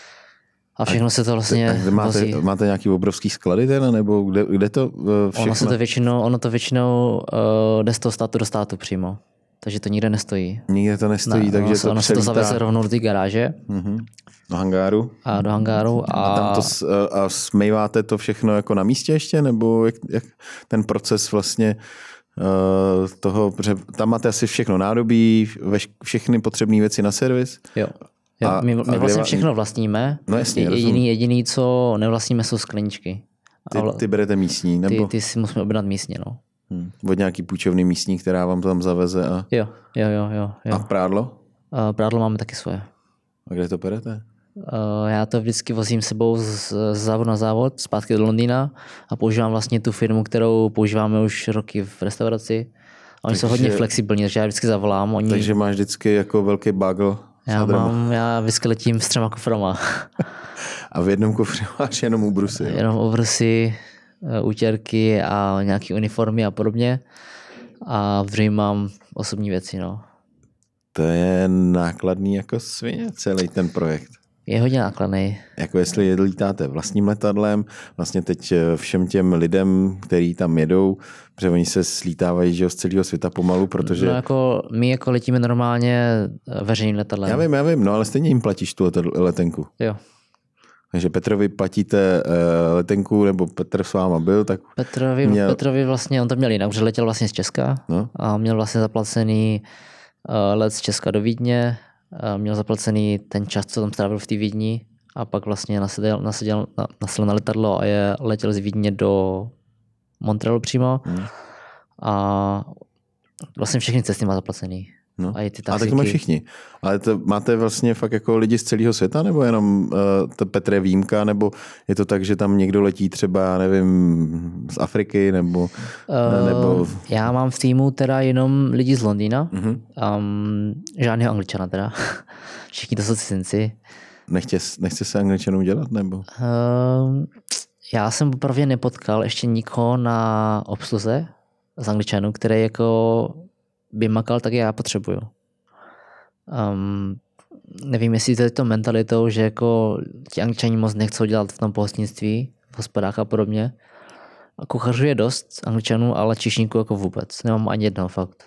A všechno a se to vlastně
a máte,
vozí.
Máte nějaký obrovský sklady teda, nebo kde, kde to všechno?
Ono, se to většinou, ono to většinou uh, jde z toho státu do státu přímo. Takže to nikde nestojí.
Nikde to nestojí, ne, takže
ono,
to
ono se to zaveze rovnou do té garáže.
Uh-huh. Do hangáru.
A do hangáru. A,
a, tam to, a smejváte to všechno jako na místě ještě? Nebo jak, jak ten proces vlastně uh, toho, protože tam máte asi všechno nádobí, všechny potřebné věci na servis?
Jo. jo a, my my a vlastně všechno vlastníme.
No jasně,
jediný, jediný, co nevlastníme, jsou skleničky.
Ty, ty berete místní? Nebo?
Ty, ty si musíme objednat místně, no.
Hmm. Od nějaký půjčovny místní, která vám to tam zaveze a...
Jo, jo, jo, jo. jo.
A prádlo?
Uh, prádlo máme taky svoje.
A kde to perete?
Uh, já to vždycky vozím sebou z, z závodu na závod, zpátky do Londýna a používám vlastně tu firmu, kterou používáme už roky v restauraci. A oni takže, jsou hodně flexibilní, takže já vždycky zavolám. Oni...
Takže máš vždycky jako velký bagel.
Já mám, já vždycky letím s třema kuframa.
A v jednom kufru máš jenom úbrusy? Jo?
Jenom úbrusy, útěrky a nějaké uniformy a podobně. A v druhém mám osobní věci, no.
To je nákladný jako svině, celý ten projekt.
Je hodně nákladný.
Jako jestli lítáte vlastním letadlem, vlastně teď všem těm lidem, kteří tam jedou, protože oni se slítávají že z celého světa pomalu, protože...
No jako my jako letíme normálně veřejným letadlem.
Já vím, já vím, no ale stejně jim platíš tu letenku.
Jo.
Takže Petrovi platíte letenku, nebo Petr s váma byl, tak...
Petrovi, měl... Petrovi vlastně, on to měl jinak, že letěl vlastně z Česka no? a měl vlastně zaplacený let z Česka do Vídně, měl zaplacený ten čas, co tam strávil v té Vídni a pak vlastně nasedl, nasedl, nasedl na letadlo a je letěl z Vídně do Montrealu přímo hmm. a vlastně všechny cesty má zaplacený.
No. A, a tak to mají všichni. Ale to máte vlastně fakt jako lidi z celého světa, nebo jenom uh, to Petr je výjimka, nebo je to tak, že tam někdo letí třeba, nevím, z Afriky, nebo... Uh, nebo...
Já mám v týmu teda jenom lidi z Londýna, uh-huh. um, žádného Angličana teda. Všichni to jsou cizinci.
Nechce, nechce se Angličanům dělat, nebo?
Uh, já jsem opravdu nepotkal ještě nikoho na obsluze z Angličanů, který jako... by makal, tak já potřebuju. Um, nevím, jestli to je to mentalitou, že jako ti Angličani moc nechcou dělat v tom pohostinství, v hospodách a podobně. A kuchařů je dost Angličanů, ale číšníků jako vůbec. Nemám ani jednoho fakt.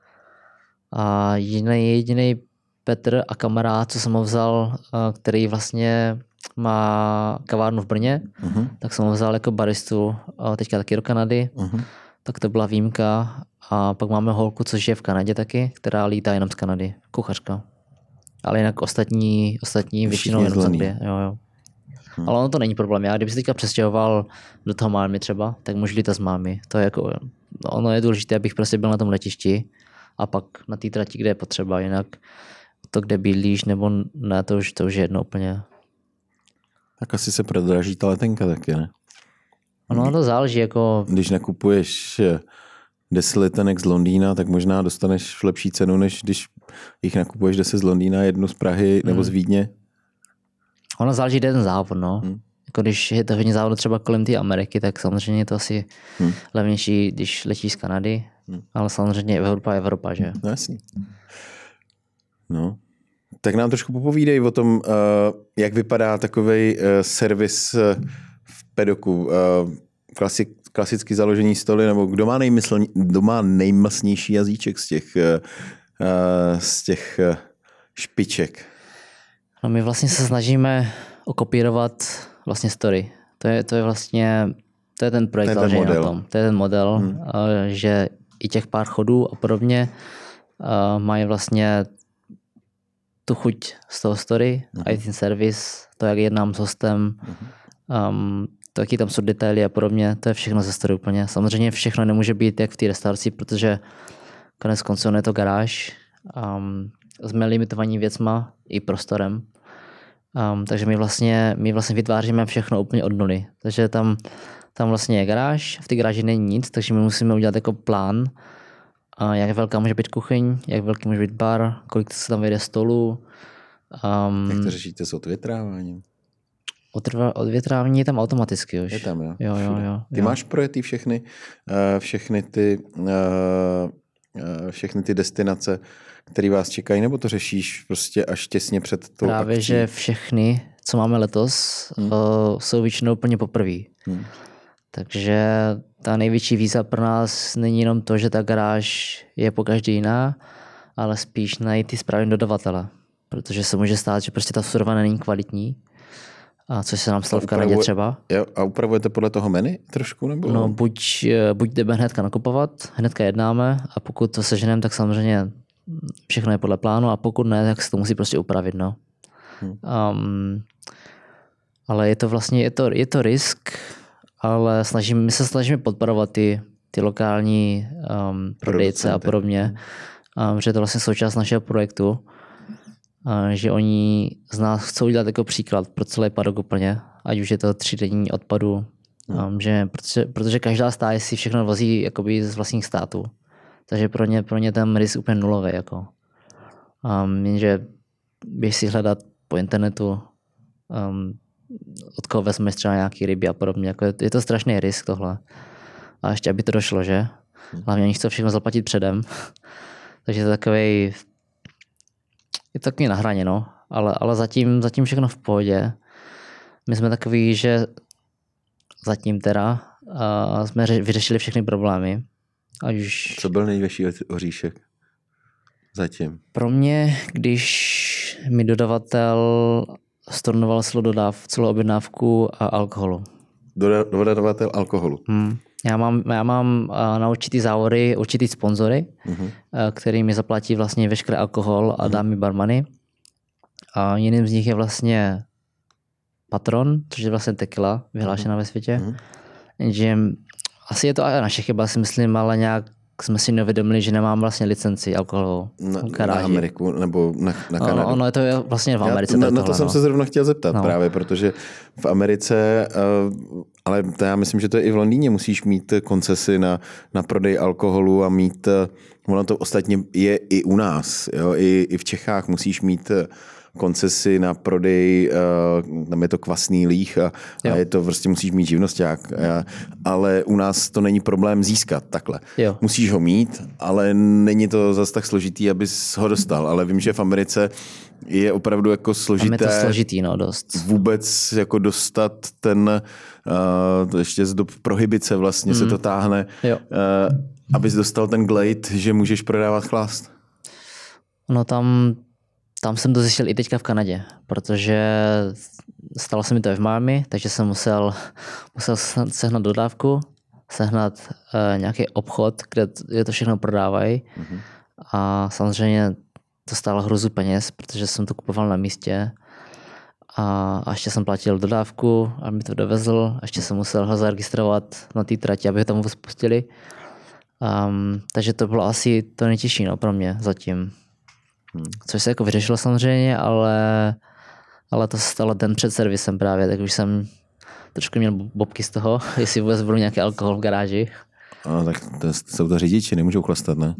A jediný, jediný Petr a kamarád, co jsem ho vzal, který vlastně má kavárnu v Brně, uh-huh. tak jsem ho vzal jako baristu teďka taky do Kanady. Uh-huh. Tak to byla výjimka. A pak máme holku, což je v Kanadě taky, která lítá jenom z Kanady. Kuchařka. Ale jinak ostatní, ostatní většinou jenom z Anglie. Jo, jo. Hmm. Ale ono to není problém. Já kdyby se teďka přestěhoval do toho mámy třeba, tak můžu lítat s mámy. To je jako, ono je důležité, abych prostě byl na tom letišti a pak na té trati, kde je potřeba. Jinak to, kde bydlíš, nebo ne, to už, to už je jedno úplně.
Tak asi se prodraží ta letenka taky, ne?
Ono to záleží. Jako...
Když nakupuješ deset letenek z Londýna, tak možná dostaneš lepší cenu, než když jich nakupuješ deset z Londýna, jednu z Prahy nebo z Vídně.
Ono záleží, kde je ten závod, no. Hmm. Jako když je to hodně závod třeba kolem té Ameriky, tak samozřejmě je to asi hmm. levnější, když letíš z Kanady, hmm. ale samozřejmě Evropa je Evropa, že?
No jasný. No. Tak nám trošku popovídej o tom, jak vypadá takovej servis v pedoku. Klasik, klasicky založení stoly, nebo kdo má, nejmyslň, kdo má nejmlsnější jazyček z těch, z těch špiček?
No my vlastně se snažíme okopírovat vlastně story. To je, to je vlastně to je ten projekt založený na tom. To je ten model, hmm. že i těch pár chodů a podobně mají vlastně tu chuť z toho story, uh-huh. a i ten servis, to, jak jednám s hostem, uh-huh. um, to, jaký tam jsou detaily a podobně, to je všechno ze story úplně. Samozřejmě všechno nemůže být jak v té restauraci, protože konec konců je to garáž, um, jsme limitovaní věcma i prostorem, um, takže my vlastně, my vlastně vytváříme všechno úplně od nuly. Takže tam, tam vlastně je garáž, v té garáži není nic, takže my musíme udělat jako plán, Uh, jak velká může být kuchyň, jak velký může být bar, kolik se tam vejde stolů.
Um, jak to řešíte s odvětráváním?
Odvětrá, odvětrávání je tam automaticky už.
Je tam, jo?
Jo, jo, jo.
Ty
jo.
máš projetý všechny, uh, všechny, ty, uh, uh, všechny ty destinace, které vás čekají, nebo to řešíš prostě až těsně před tou
Právě,
akcí?
že všechny, co máme letos, hmm. uh, jsou většinou úplně poprvé. Hmm. Takže ta největší výzva pro nás není jenom to, že ta garáž je pokaždý jiná, ale spíš najít ty správné dodavatele. Protože se může stát, že prostě ta surovina není kvalitní, a což se nám stalo v Kanadě třeba.
Jo, a upravujete podle toho menu trošku? Nebo?
No buď, buď jdeme hnedka nakupovat, hnedka jednáme a pokud to seženeme, tak samozřejmě všechno je podle plánu a pokud ne, tak se to musí prostě upravit. No. Hmm. Um, ale je to vlastně, je to, je to risk, ale snažíme, my se snažíme podporovat ty, ty lokální um, prodejce a podobně, um, že je to vlastně součást našeho projektu, uh, že oni z nás chcou dělat jako příklad pro celý padok úplně, ať už je to třídenní odpadu, um, že, protože, protože každá stáje si všechno vozí jakoby z vlastních států, takže pro ně, pro ně ten risk úplně nulový. Jako. Um, jenže běž si hledat po internetu, um, od koho vezmeš třeba nějaký ryby a podobně. Jako je, je to strašný risk tohle. A ještě, aby to došlo, že? Hlavně oni chcou všechno zaplatit předem. Takže to je takovej, je to takový na hraně, no. Ale, ale zatím, zatím všechno v pohodě. My jsme takový, že zatím teda uh, jsme ře- vyřešili všechny problémy. Ať už...
Co byl největší oříšek? Zatím.
Pro mě, když mi dodavatel stornoval celou, dodáv, celou objednávku a alkoholu.
Dodavatel alkoholu.
Hmm. Já mám, já mám uh, na určitý závody určitý sponzory, uh-huh. uh, který mi zaplatí vlastně veškerý alkohol a uh-huh. dá mi barmany. A jiným z nich je vlastně Patron, což je vlastně tequila, vyhlášená uh-huh. ve světě. Uh-huh. Že asi je to i naše chyba, si myslím, ale nějak jsme si neuvědomili, že nemám vlastně licenci alkoholovou.
Na, na Ameriku nebo na, na Kanadu.
No, ono je to vlastně v Americe.
Já, na,
to
na
tohle,
to jsem
no.
se zrovna chtěl zeptat no. právě, protože v Americe, ale to já myslím, že to je i v Londýně, musíš mít koncesy na, na prodej alkoholu a mít, ono to ostatně je i u nás, jo? I, i v Čechách musíš mít koncesy na prodej, tam je to kvasný líh a, a je to prostě musíš mít živnosťák. Ale u nás to není problém získat takhle.
Jo.
Musíš ho mít, ale není to zase tak složitý, abys ho dostal. Ale vím, že v Americe je opravdu jako složité.
Tam je to složitý, no, dost.
Vůbec jako dostat ten, uh, ještě z dob prohibice vlastně mm. se to táhne,
jo.
Uh, abys dostal ten glade, že můžeš prodávat chlast.
No tam Tam jsem to zjistil i teďka v Kanadě, protože stalo se mi to v Miami, takže jsem musel, musel sehnat dodávku, sehnat uh, nějaký obchod, kde, kde to všechno prodávají. Mm-hmm. A samozřejmě to stálo hruzu peněz, protože jsem to kupoval na místě. A, a ještě jsem platil dodávku, aby mi to dovezl. A ještě jsem musel ho zaregistrovat na té trati, aby ho tam vůbec pustili. Um, takže to bylo asi to nejtěžší, no, pro mě zatím. Hmm. Což se jako vyřešilo samozřejmě, ale, ale to se stalo den před servisem právě, tak už jsem trošku měl bobky z toho, jestli vůbec byl nějaký alkohol v garáži.
A tak to jsou to řidiči, nemůžou chlastat, ne?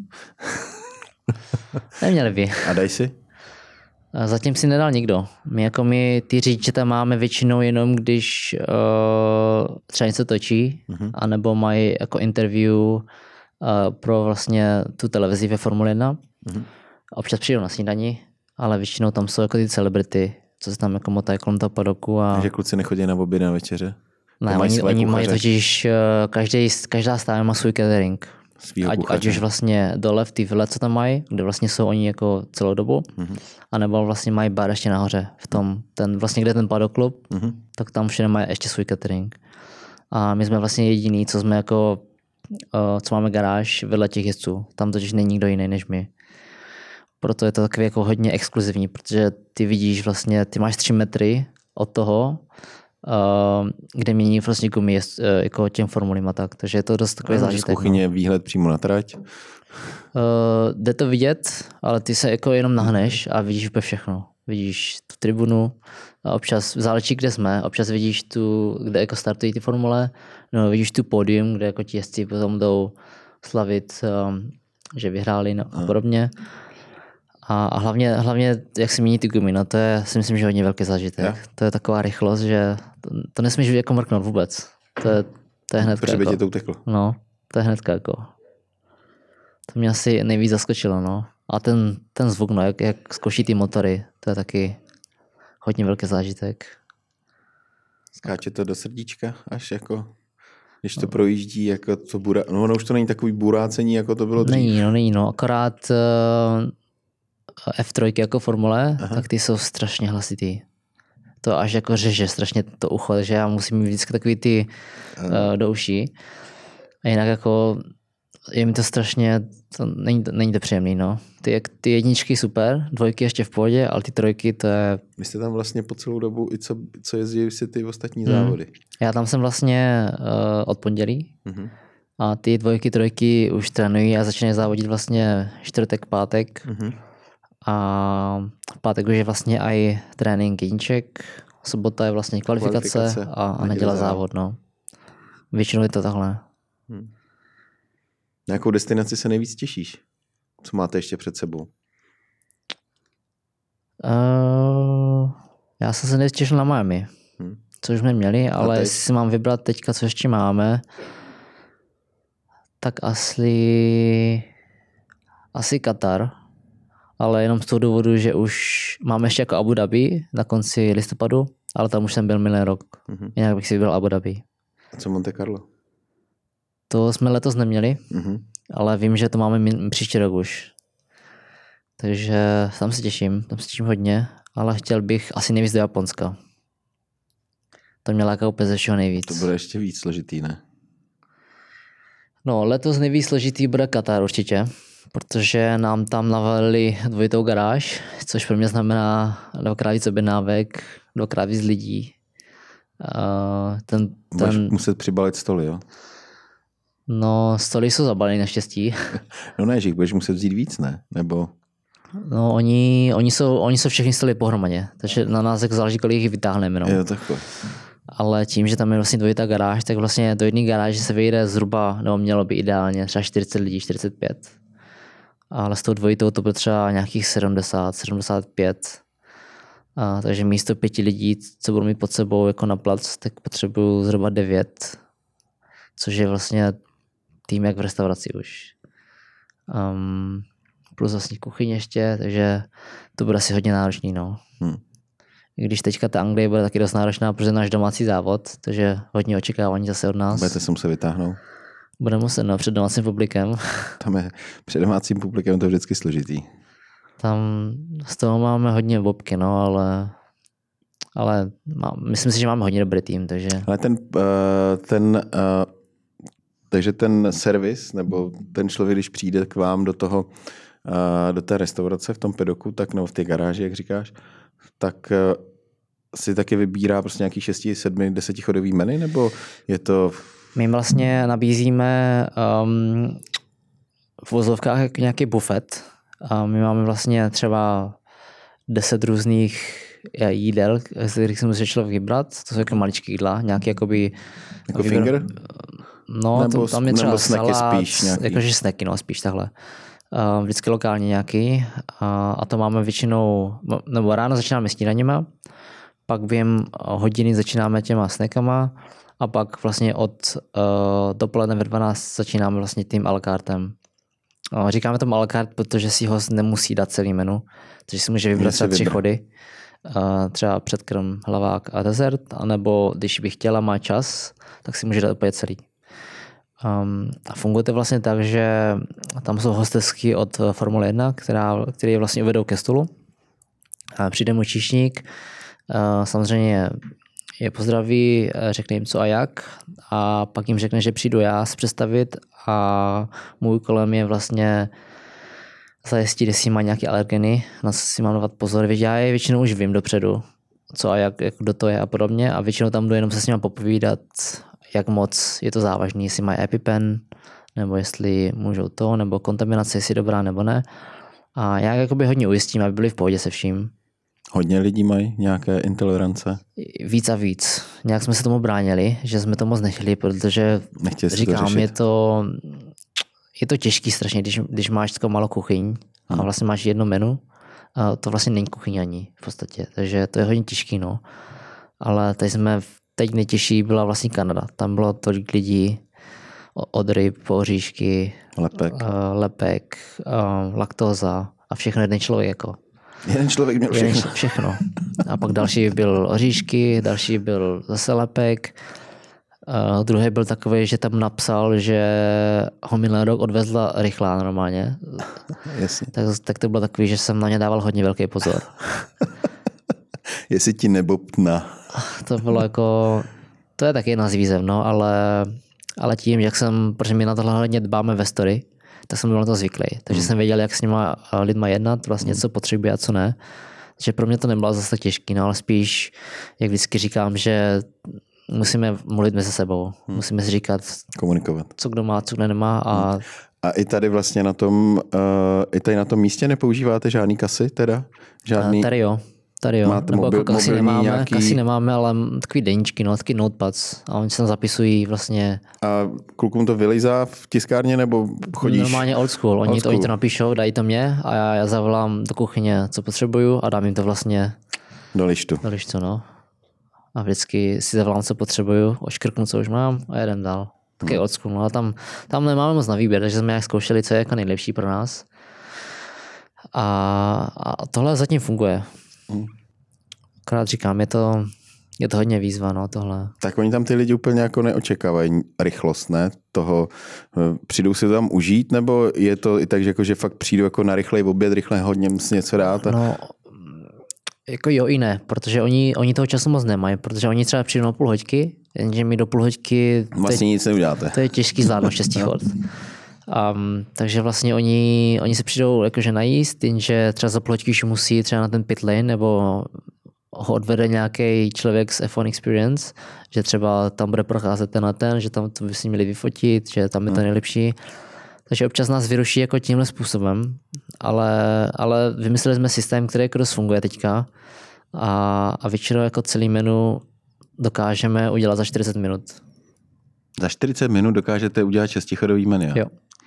Neměli by.
A daj si?
Zatím si nedal nikdo. My jako my ty řidiče tam máme většinou jenom, když uh, třeba něco točí, uh-huh. anebo mají jako interview uh, pro vlastně tu televizi ve Formule jedna. Uh-huh. Občas přijdou na snídani, ale většinou tam jsou jako ty celebrity, co se tam jako motají kolem toho padoku. A...
Takže kluci nechodí na obědy, na večeře?
Ne, oni, oni mají totiž, každý, každá stáje má svůj catering. Ať, ať už vlastně dole v té vile, co tam mají, kde vlastně jsou oni jako celou dobu, mm-hmm. anebo vlastně mají bar ještě nahoře, v tom, ten vlastně kde ten padoklub, mm-hmm. tak tam všude mají ještě svůj catering. A my jsme vlastně jediný, co jsme jako, uh, co máme garáž vedle těch jezdců. Tam totiž není nikdo jiný než my. Proto je to takový jako hodně exkluzivní, protože ty vidíš vlastně, ty máš tři metry od toho, Uh, kde mění vlastně gumy uh, jako těm formulím a tak, takže je to dost takový zážitek.
Z kuchyně no. Výhled přímo na trať?
Uh, jde to vidět, ale ty se jako jenom nahneš a vidíš úplně všechno. Vidíš tu tribunu a občas, záleží kde jsme, občas vidíš tu, kde jako startují ty formule, no vidíš tu pódium, kde jako ti jezdci potom jdou slavit, um, že vyhráli no, a podobně. A, a hlavně, hlavně, jak se mění ty gumy, no to je, si myslím, že hodně velký zážitek. Ja. To je taková rychlost, že to, to nesmíš jako mrknout vůbec. To je, to je hnedka.
Protože by
jako,
tě to uteklo.
No, to je hnedka jako. To mě asi nejvíc zaskočilo, no. A ten, ten zvuk, no, jak, jak zkouší ty motory, to je taky hodně velký zážitek.
Skáče to do srdíčka, až jako, když to no. projíždí, jako to burá, no, no už to není takový burácení, jako to bylo dřív.
Není, no, není, no, akorát uh, F tři jako formule, aha. tak ty jsou strašně hlasitý. To až jako řeže strašně to ucho, že já musím mít vždycky takový ty uh, do uší. A jinak jako je mi to strašně, to není, to, není to příjemný, no. Ty, ty jedničky super, dvojky ještě v pohodě, ale ty trojky to je...
Vy jste tam vlastně po celou dobu, i co, co jezdí si ty ostatní hmm. závody?
Já tam jsem vlastně uh, od pondělí hmm. a ty dvojky, trojky už trénují a začínají závodit vlastně čtvrtek, pátek. Hmm. A v pátek už je vlastně i trénink jedniček, sobota je vlastně kvalifikace, kvalifikace a, a neděla závod, no. Většinou je to takhle. Hmm.
Na jakou destinaci se nejvíc těšíš? Co máte ještě před sebou?
Uh, já jsem se nejvíc těšil na Miami, hmm. což jsme měli, ale jestli si mám vybrat teďka, co ještě máme, tak asi asi Katar. Ale jenom z toho důvodu, že už máme ještě jako Abu Dhabi na konci listopadu, ale tam už jsem byl minulý rok. Mm-hmm. Jinak bych si vybral Abu Dhabi.
A co Monte Carlo?
To jsme letos neměli, mm-hmm. ale vím, že to máme min- příští rok už. Takže tam se těším, tam se těším hodně, ale chtěl bych asi nejvíc do Japonska. To mě láká úplně ze všeho nejvíc.
To bude ještě víc složitý, ne?
No, letos nejvíc složitý bude Katar určitě. Protože nám tam navalili dvojitou garáž, což pro mě znamená dvakrát víc objednávek, dvakrát víc lidí. Uh, ten,
Budeš
ten...
muset přibalit stoly, jo?
No, stoly jsou zabaleny naštěstí.
No ne, že jich budeš muset vzít víc, ne? Nebo...
No, oni, oni, jsou, oni jsou všechny stoly pohromadě, takže na nás jako záleží, kolik jich vytáhneme. No.
Jo, takhle.
Ale tím, že tam je vlastně dvojitá garáž, tak vlastně do jedné garáže se vyjde zhruba, nebo mělo by ideálně třeba čtyřicet lidí, čtyřicet pět. Ale s tou dvojitou to bylo třeba nějakých sedmdesát, sedmdesát pět. A, takže místo pěti lidí, co budou mít pod sebou jako na plac, tak potřebuju zhruba devět. Což je vlastně tým jak v restauraci už. Um, plus vlastně kuchyně ještě, takže to bude asi hodně náročný. No. Hmm. I když teďka ta Anglie bude taky dost náročná, protože náš domácí závod, takže hodně očekávání zase od nás.
Budete se muset vytáhnout.
Budeme muset, no, před domácím publikem.
Tam je před domácím publikem to vždycky složitý.
Tam z toho máme hodně bobky, no, ale, ale má, myslím si, že máme hodně dobrý tým, takže...
Ale ten, ten takže ten servis, nebo ten člověk, když přijde k vám do toho, do té restaurace v tom pedoku, tak nebo v té garáži, jak říkáš, tak si taky vybírá prostě nějaký šesti, sedmi, desetichodový menu, nebo je to...
My vlastně nabízíme um, v vozovkách nějaký bufet. A my máme vlastně třeba deset různých jídel, z kterých si musí člověk vybrat. To jsou jako maličké jídla, nějaký jakoby...
Jako finger?
No,
nebo,
to, tam je třeba
snacky
salát,
spíš nějaký.
Jakože snacky, no, spíš takhle. Uh, vždycky lokálně nějaký. Uh, a to máme většinou, nebo ráno začínáme snídaněma, pak během hodiny začínáme těma snackama a pak vlastně od uh, dopoledne ve dvanáct začínáme vlastně tím à la cartem. Uh, říkáme tomu à la carte, protože si host nemusí dát celý menu, takže si může vybrat třeba tři chody. Uh, třeba předkrm, hlavák a dezert, anebo když by chtěla, má čas, tak si může dát úplně celý. Um, a funguje to vlastně tak, že tam jsou hostesky od Formule jedna, která, který vlastně uvedou ke stolu. A přijde mu číšník, uh, samozřejmě je pozdraví, řekne jim co a jak a pak jim řekne, že přijdu já se představit a můj úkolem je vlastně zajistit, jestli má nějaké alergeny, na co si mám dávat pozor. Víš, já je většinou už vím dopředu, co a jak, jak kdo to je a podobně a většinou tam jdu jenom se s nimi popovídat, jak moc je to závažný, jestli mají EpiPen, nebo jestli můžou to, nebo kontaminace, jestli je dobrá nebo ne. A já jakoby hodně ujistím, aby byli v pohodě se vším.
Hodně lidí mají nějaké intolerance?
Víc a víc. Nějak jsme se tomu bránili, že jsme to moc nechtěli, protože říkám, to je to je to těžký strašně, když, když máš takovou malou kuchyň a hmm. vlastně máš jedno menu, a to vlastně není kuchyň ani v podstatě, takže to je hodně těžký, no. Ale teď jsme, teď nejtěžší byla vlastně Kanada, tam bylo tolik lidí, od ryb po oříšky,
lepek,
uh, lepek uh, laktóza a všechno jeden člověk jako.
Jeden člověk měl všechno.
všechno. A pak další byl oříšky, další byl zase lepek. Uh, druhý byl takový, že tam napsal, že ho minulý rok odvezla rychlá normálně.
Jasně.
Tak, tak to bylo takový, že jsem na ně dával hodně velký pozor.
Jestli ti nebobtná.
To bylo jako, to je taky jedna z výzev, no, ale, ale tím, jak jsem, protože my na tohle hodně dbáme ve story, tak jsem byl na to zvyklý. Takže hmm. jsem věděl, jak s nima lidma jednat, vlastně co potřebuje a co ne. Takže pro mě to nebylo zase tak těžký, no, ale spíš, jak vždycky říkám, že musíme mluvit mezi sebou. Hmm. Musíme si říkat,
komunikovat.
Co kdo má, co kdo nemá. A,
hmm. a i tady vlastně na tom, uh, i tady na tom místě nepoužíváte žádný kasy teda? Žádný...
Tady jo. Tady jo.
Máte
Nebo
mobil,
jako kasy nemáme,
nějaký...
kasy nemáme, ale takový deníčky, no, takový notepads. A oni se tam zapisují vlastně.
A klukům to vylejzá v tiskárně nebo chodíš?
Normálně old school. Oni,
old
to,
school.
oni to napíšou, dají to mě a já, já zavolám do kuchyně, co potřebuju a dám jim to vlastně
do lištu.
Do lištu, no. A vždycky si zavolám, co potřebuju, oškrknu, co už mám a jedem dál. Taky hmm. old school, no. A tam, tam nemáme moc na výběr, takže jsme nějak zkoušeli, co je jako nejlepší pro nás. A, a tohle zatím funguje. Hmm. Akorát říkám, je to, je to hodně výzva, no, tohle.
Tak oni tam ty lidi úplně jako neočekávají rychlost, ne? Toho, přijdou si to tam užít, nebo je to i tak, že, jako, že fakt přijdu jako na rychlej oběd, rychle hodně si něco dát? A...
No, jako jo i ne, protože oni, oni toho času moc nemají, protože oni třeba přijdou na půl hoďky, jenže mi do půl hoďky...
Vlastně nic neuděláte.
To je těžký zvládnout šestý chod. Um, takže vlastně oni, oni se přijdou jakože najíst, jenže třeba za půl hoďky už musí třeba na ten pit lane, nebo ho odvede nějaký člověk z F jedna Experience, že třeba tam bude procházet ten a ten, že tam to by si měli vyfotit, že tam je to nejlepší. Takže občas nás vyruší jako tímhle způsobem, ale, ale vymysleli jsme systém, který jako dost funguje teďka a, a většinou jako celý menu dokážeme udělat za čtyřicet minut.
Za čtyřicet minut dokážete udělat šestichodový menu?
Jo.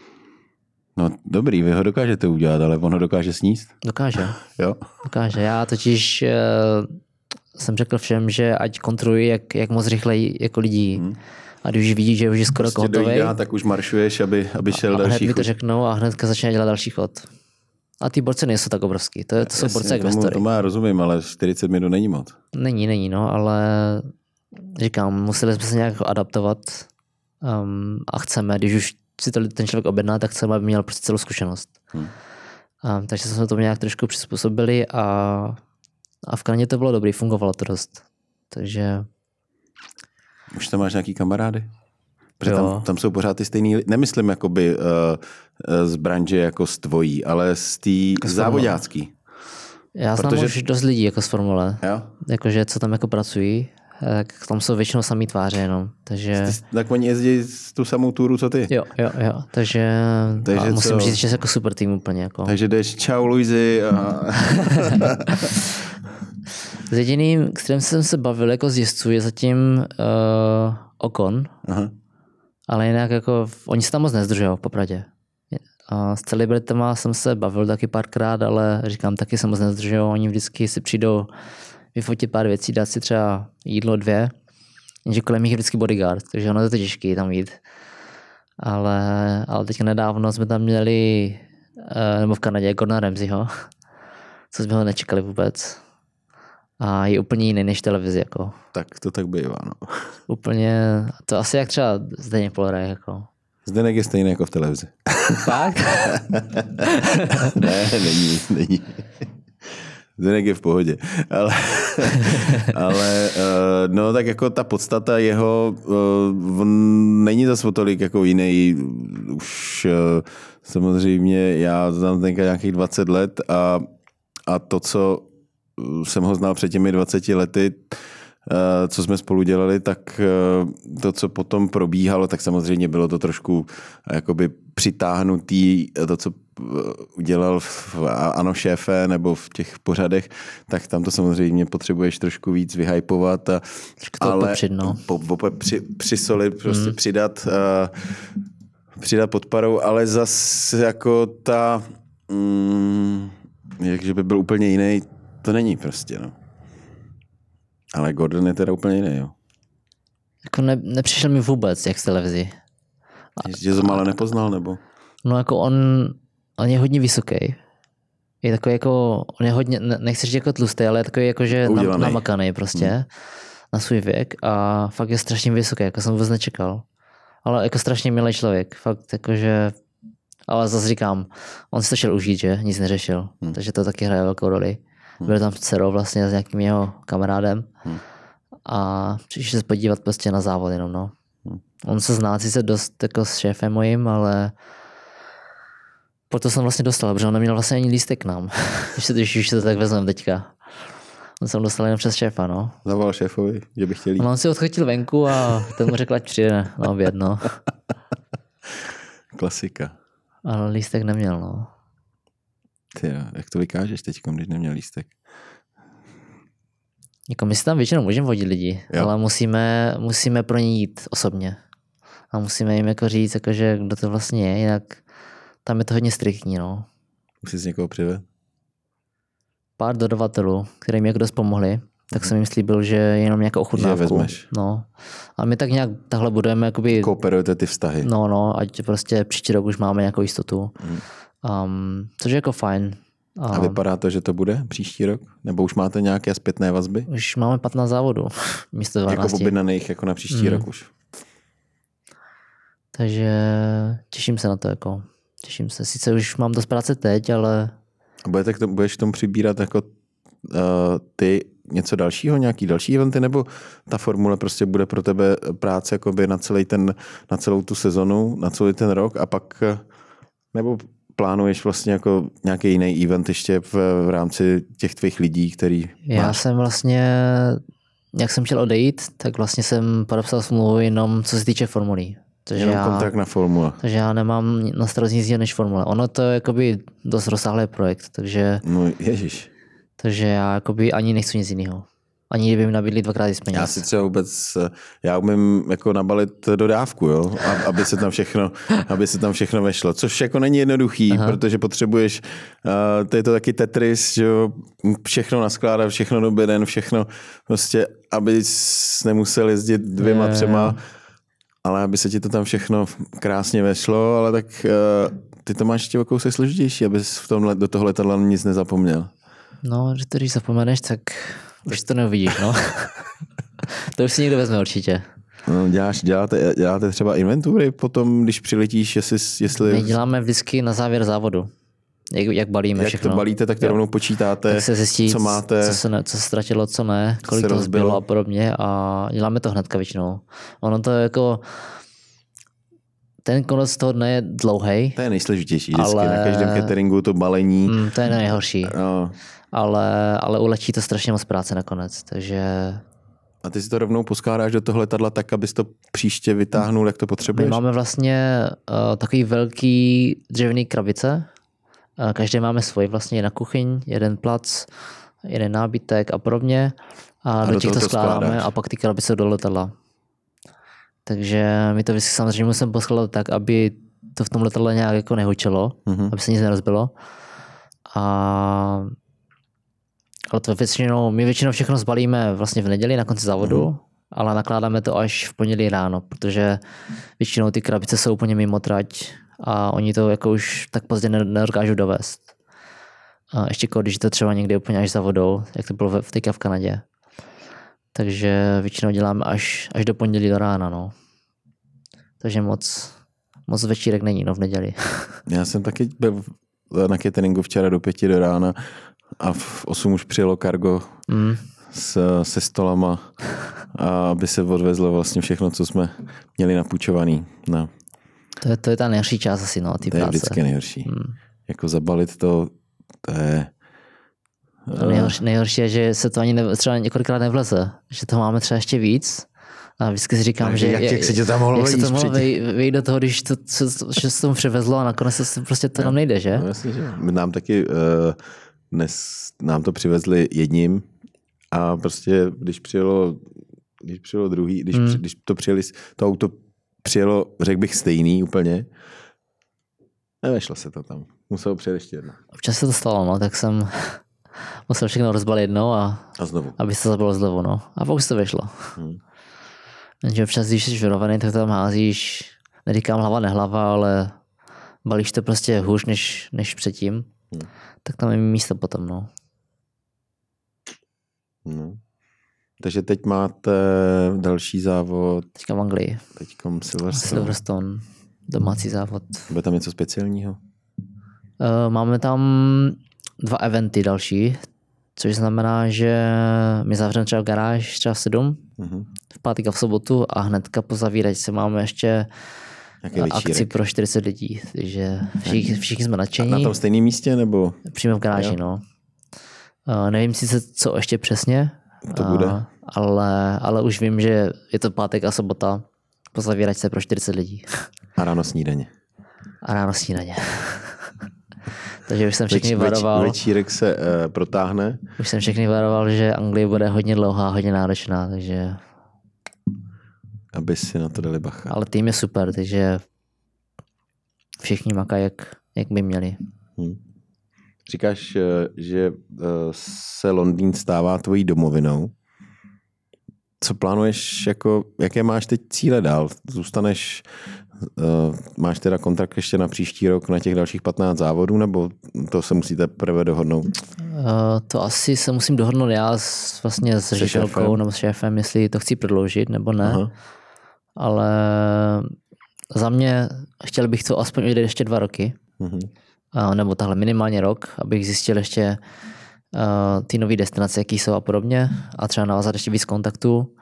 No dobrý, vy ho dokážete udělat, ale on ho dokáže sníst?
Dokáže.
Jo.
Dokáže. Já totiž uh, jsem řekl všem, že ať kontroluji, jak, jak moc rychleji jako lidí. Hmm. A když vidí, že už je skoro
prostě
hotový,
dojídá, tak už maršuješ, aby, aby šel
a,
další
a hned mi to
chod.
řeknou a hnedka začne dělat další chod. A ty borce nejsou tak obrovský. To, je, to jsou
Jasně,
borce jak
tomu,
ve story.
tomu já rozumím, ale čtyřicet minut není moc.
Není, není, no, ale říkám, museli jsme se nějak adaptovat um, a chceme, když už si to ten člověk objedná, tak chceme, aby měl prostě celou zkušenost. Hmm. Um, takže jsme to nějak trošku přizpůsobili a, a v Kanadě to bylo dobrý, fungovalo to dost. Takže...
Už tam máš nějaký kamarády? Protože tam, tam jsou pořád ty stejný, nemyslím jakoby uh, z branže jako z tvojí, ale z té závodácký.
Já znám
Protože...
už dost lidí jako z formule,
jo? Jakože
co tam jako pracují, tak tam jsou většinou samý tváře jenom. Takže...
Tak oni jezdí tu samou túru, co ty?
Jo, jo, jo. Takže, takže musím co? říct, že jsi jako super tým úplně. Jako.
Takže jdeš čau Luizi a...
S jediným, s kterým jsem se bavil jako z jezdců, je zatím uh, Ocon. Aha. Ale jinak jako, oni se tam moc nezdržují, popravdě. A s celebritama jsem se bavil taky párkrát, ale říkám, taky se moc nezdržují. Oni vždycky si přijdou vyfotit pár věcí, dát si třeba jídlo dvě, jenže kolem nich je vždycky bodyguard, takže ono je to těžké tam jít. Ale, ale teď nedávno jsme tam měli, nebo v Kanadě, Gordona Ramsayho, co jsme ho nečekali vůbec. A je úplně jiný než televizi. Jako.
Tak to tak bývá. No.
Úplně, to asi jak třeba Zdeněk Poleraj. Jako.
Zdeněk je stejný jako v televizi.
Fakt?
Ne, není, není. Zdeněk je v pohodě. Ale, ale no tak jako ta podstata jeho není zase o tolik jako jiný. Už samozřejmě já znám Zdeňka nějakých dvacet let a, a to, co jsem ho znal před těmi dvaceti lety, co jsme spolu dělali, tak to, co potom probíhalo, tak samozřejmě bylo to trošku jakoby přitáhnutý, to, co udělal v Ano šéfe nebo v těch pořadech, tak tam to samozřejmě potřebuješ trošku víc vyhypovat, a, ale
popřid, no.
po, po, při, přisolit, prostě mm. přidat, uh, přidat podparou, ale zase jako ta, mm, jakže by byl úplně jiný, to není prostě, no. Ale Gordon je teda úplně jiný, jo.
Jako ne, nepřišel mi vůbec, jak z televizi.
Ještě to málo nepoznal, nebo?
No jako on, on je hodně vysoký. Je takový jako, on je hodně, nechci říct jako tlustý, ale je takový jako, že nam, namakaný prostě hmm. na svůj věk a fakt je strašně vysoký, jako jsem vůbec nečekal. Ale jako strašně milý člověk, fakt jakože, ale zase říkám, on si to šel užít, že nic neřešil, hmm. takže to taky hraje velkou roli. Byl tam s dcerou vlastně s nějakým jeho kamarádem hmm. a přišel se podívat prostě na závod jenom, no. Hmm. On se zná sice dost jako s šéfem mojím, ale proto jsem vlastně dostal, protože on neměl vlastně ani lístek k nám, když se to, když to tak vezmeme teďka. On jsem dostal jenom přes šéfa, no.
Zavolal šéfovi, že by chtěl jít.
No, on si odchodil venku a ten mu řekl, ať přijde na oběd, no.
Klasika.
Ale lístek neměl, no.
Ty, jak to vykážeš teď, když neměl lístek?
Jako my si tam většinou můžeme vodit lidi, jo. ale musíme, musíme pro ně jít osobně. A musíme jim jako říct, jako, že kdo to vlastně je, jinak tam je to hodně striktní. No.
Už jsi z někoho přived?
Pár dodavatelů, který mi jako dost pomohli, tak jsem jim slíbil, že jenom nějakou ochutnávku. No. A my tak nějak tahle budeme jakoby...
Kooperujete ty vztahy.
No, no, ať prostě příští rok už máme nějakou jistotu. Hmm. Um, což je jako fajn.
A, a vypadá to, že to bude příští rok? Nebo už máte nějaké zpětné vazby?
Už máme patnáct závodů místo dvanáct.
Jako objednaných jako na příští mm. rok už.
Takže těším se na to. Jako. Těším se. Sice už mám dost práce teď, ale...
A budete k tomu, budeš k tomu přibírat jako uh, ty něco dalšího, nějaký další eventy, nebo ta formule prostě bude pro tebe práce jakoby na celý ten, na celou tu sezonu, na celý ten rok a pak nebo plánuješ vlastně jako nějaký jiný event ještě v, v rámci těch tvých lidí, který
Já
máš?
jsem vlastně, jak jsem chtěl odejít, tak vlastně jsem podepsal smlouvu jenom co se týče formulí.
Jenom já, kontrakt na formule.
Takže já nemám na starost nic jiného než formule. Ono to je jakoby dost rozsáhlý projekt, takže...
No ježiš.
Takže já jakoby ani nechci nic jiného. Ani kdyby mi nabídli dvakrát víc peněz.
Já si třeba vůbec, já umím jako nabalit dodávku, jo, aby se tam všechno, aby se tam všechno vešlo, což jako není jednoduchý, Aha. protože potřebuješ, uh, to je to taky Tetris, že jo, všechno naskládat, všechno do beden, všechno prostě, aby nemusel jezdit dvěma, je, třema, ale aby se ti to tam všechno krásně vešlo, ale tak uh, ty to máš ještě o kousek složitější, abys v tomhle, do toho letadla nic nezapomněl.
No, že to když zapomeneš, tak už to neuvidíš, no. To už si někdo vezme určitě.
No, děláš, děláte, děláte třeba inventury potom, když přiletíš, jestli... jestli...
My děláme vždycky na závěr závodu. Jak, jak balíme
jak
všechno.
Jak to balíte, tak to rovnou počítáte,
tak se zjistí,
co máte.
Co se, ne, co se ztratilo, co ne, kolik to zbylo a podobně a děláme to hnedka většinou. Ono to je jako... Ten konec toho dne je dlouhej.
To je nejsložitější vždycky,
ale...
na každém cateringu to balení.
Mm, to je nejhorší.
No.
Ale, ale ulečí to strašně moc práce nakonec, takže...
A ty si to rovnou poskládáš do toho letadla tak, abys to příště vytáhnul, jak to potřebuješ?
My máme vlastně uh, takový velký dřevěný krabice. Uh, každý máme svůj vlastně na kuchyň, jeden plac, jeden nábytek a podobně. A, a do, do těch to skládáme skládáš. A pak ty krabice do letadla. Takže mi to vždycky samozřejmě musím poskládat tak, aby to v tom letadle nějak jako nehučelo, mm-hmm. aby se nic nerozbilo. A ale to většinou, my většinou všechno zbalíme vlastně v neděli na konci závodu, mm. ale nakládáme to až v pondělí ráno, protože většinou ty krabice jsou úplně mimo trať a oni to jako už tak pozdě nedokážou dovést. A ještě když to třeba někdy úplně až za vodou, jak to bylo v, teďka v Kanadě. Takže většinou děláme až, až do pondělí do rána. No. Takže moc, moc večírek není no, v neděli.
Já jsem taky byl na cateringu včera do pěti do rána a v osm už přijelo kargo mm. s, se stolama, a aby se odvezlo vlastně všechno, co jsme měli napůjčovaný. No.
To, je, to je ta nejhorší část asi, no, ty
to
práce.
To je vždycky nejhorší. Mm. Jako zabalit to, to je...
To nejhorší, nejhorší je, že se to ani ne, třeba několikrát nevleze. Že to máme třeba ještě víc. A vždycky si říkám, že
jak,
jak,
jak se to tam mohlo
jak se to mohlo vejít do toho, když to, co, že se tomu přivezlo a nakonec se prostě to nám nejde, že?
No, jasně, že? Nám taky uh, dnes nám to přivezli jedním a prostě když přijelo, když přijelo druhý, když, hmm. když to přijeli, to auto přijelo, řekl bych, stejný úplně, nevešlo se to tam. Muselo přijet ještě jedno.
Občas se to stalo, no, tak jsem musel všechno rozbalit jednou a,
a znovu.
Aby se to zabilo znovu, no. A pak už to vyšlo. Hmm. Takže občas, když jsi vyrovaný, tak tam házíš, neříkám hlava, nehlava, ale balíš to prostě hůř než, než předtím. Hmm. Tak tam je místo potom, no.
no. Takže teď máte další závod.
Teďka v Anglii.
Teďkom Silverstone.
Silverstone, domácí závod.
Bude tam něco speciálního?
Uh, máme tam dva eventy další, což znamená, že my zavřeme třeba garáž třeba v sedm, mm-hmm. v pátek a v sobotu a hnedka po zavíračce máme ještě akci pro čtyřicet lidí, takže všichni, všichni jsme nadšení.
A na tom stejném místě nebo?
Přímo v garáži, no. Uh, nevím sice, co ještě přesně,
to bude.
Uh, ale, ale už vím, že je to pátek a sobota po zavíračce pro čtyřicet lidí.
A ráno snídaně.
A ráno snídaně. Takže už jsem všechny Več, varoval.
Večírek se uh, protáhne.
Už jsem všechny varoval, že Anglie bude hodně dlouhá, hodně náročná, takže...
Aby si na to dali bacha.
Ale tým je super, takže všichni makají, jak, jak by měli.
Hmm. Říkáš, že se Londýn stává tvojí domovinou. Co plánuješ, jako, jaké máš teď cíle dál? Zůstaneš, uh, máš teda kontrakt ještě na příští rok na těch dalších patnáct závodů, nebo to se musíte prvé dohodnout?
Uh, to asi se musím dohodnout já s, vlastně s ředitelkou nebo s šéfem, jestli to chci prodloužit nebo ne. Aha. Ale za mě chtěl bych to aspoň udělat ještě dva roky. Uh-huh. Uh, nebo tahle minimálně rok, abych zjistil ještě uh, ty nové destinace, jaký jsou a podobně a třeba navázat ještě víc kontaktů.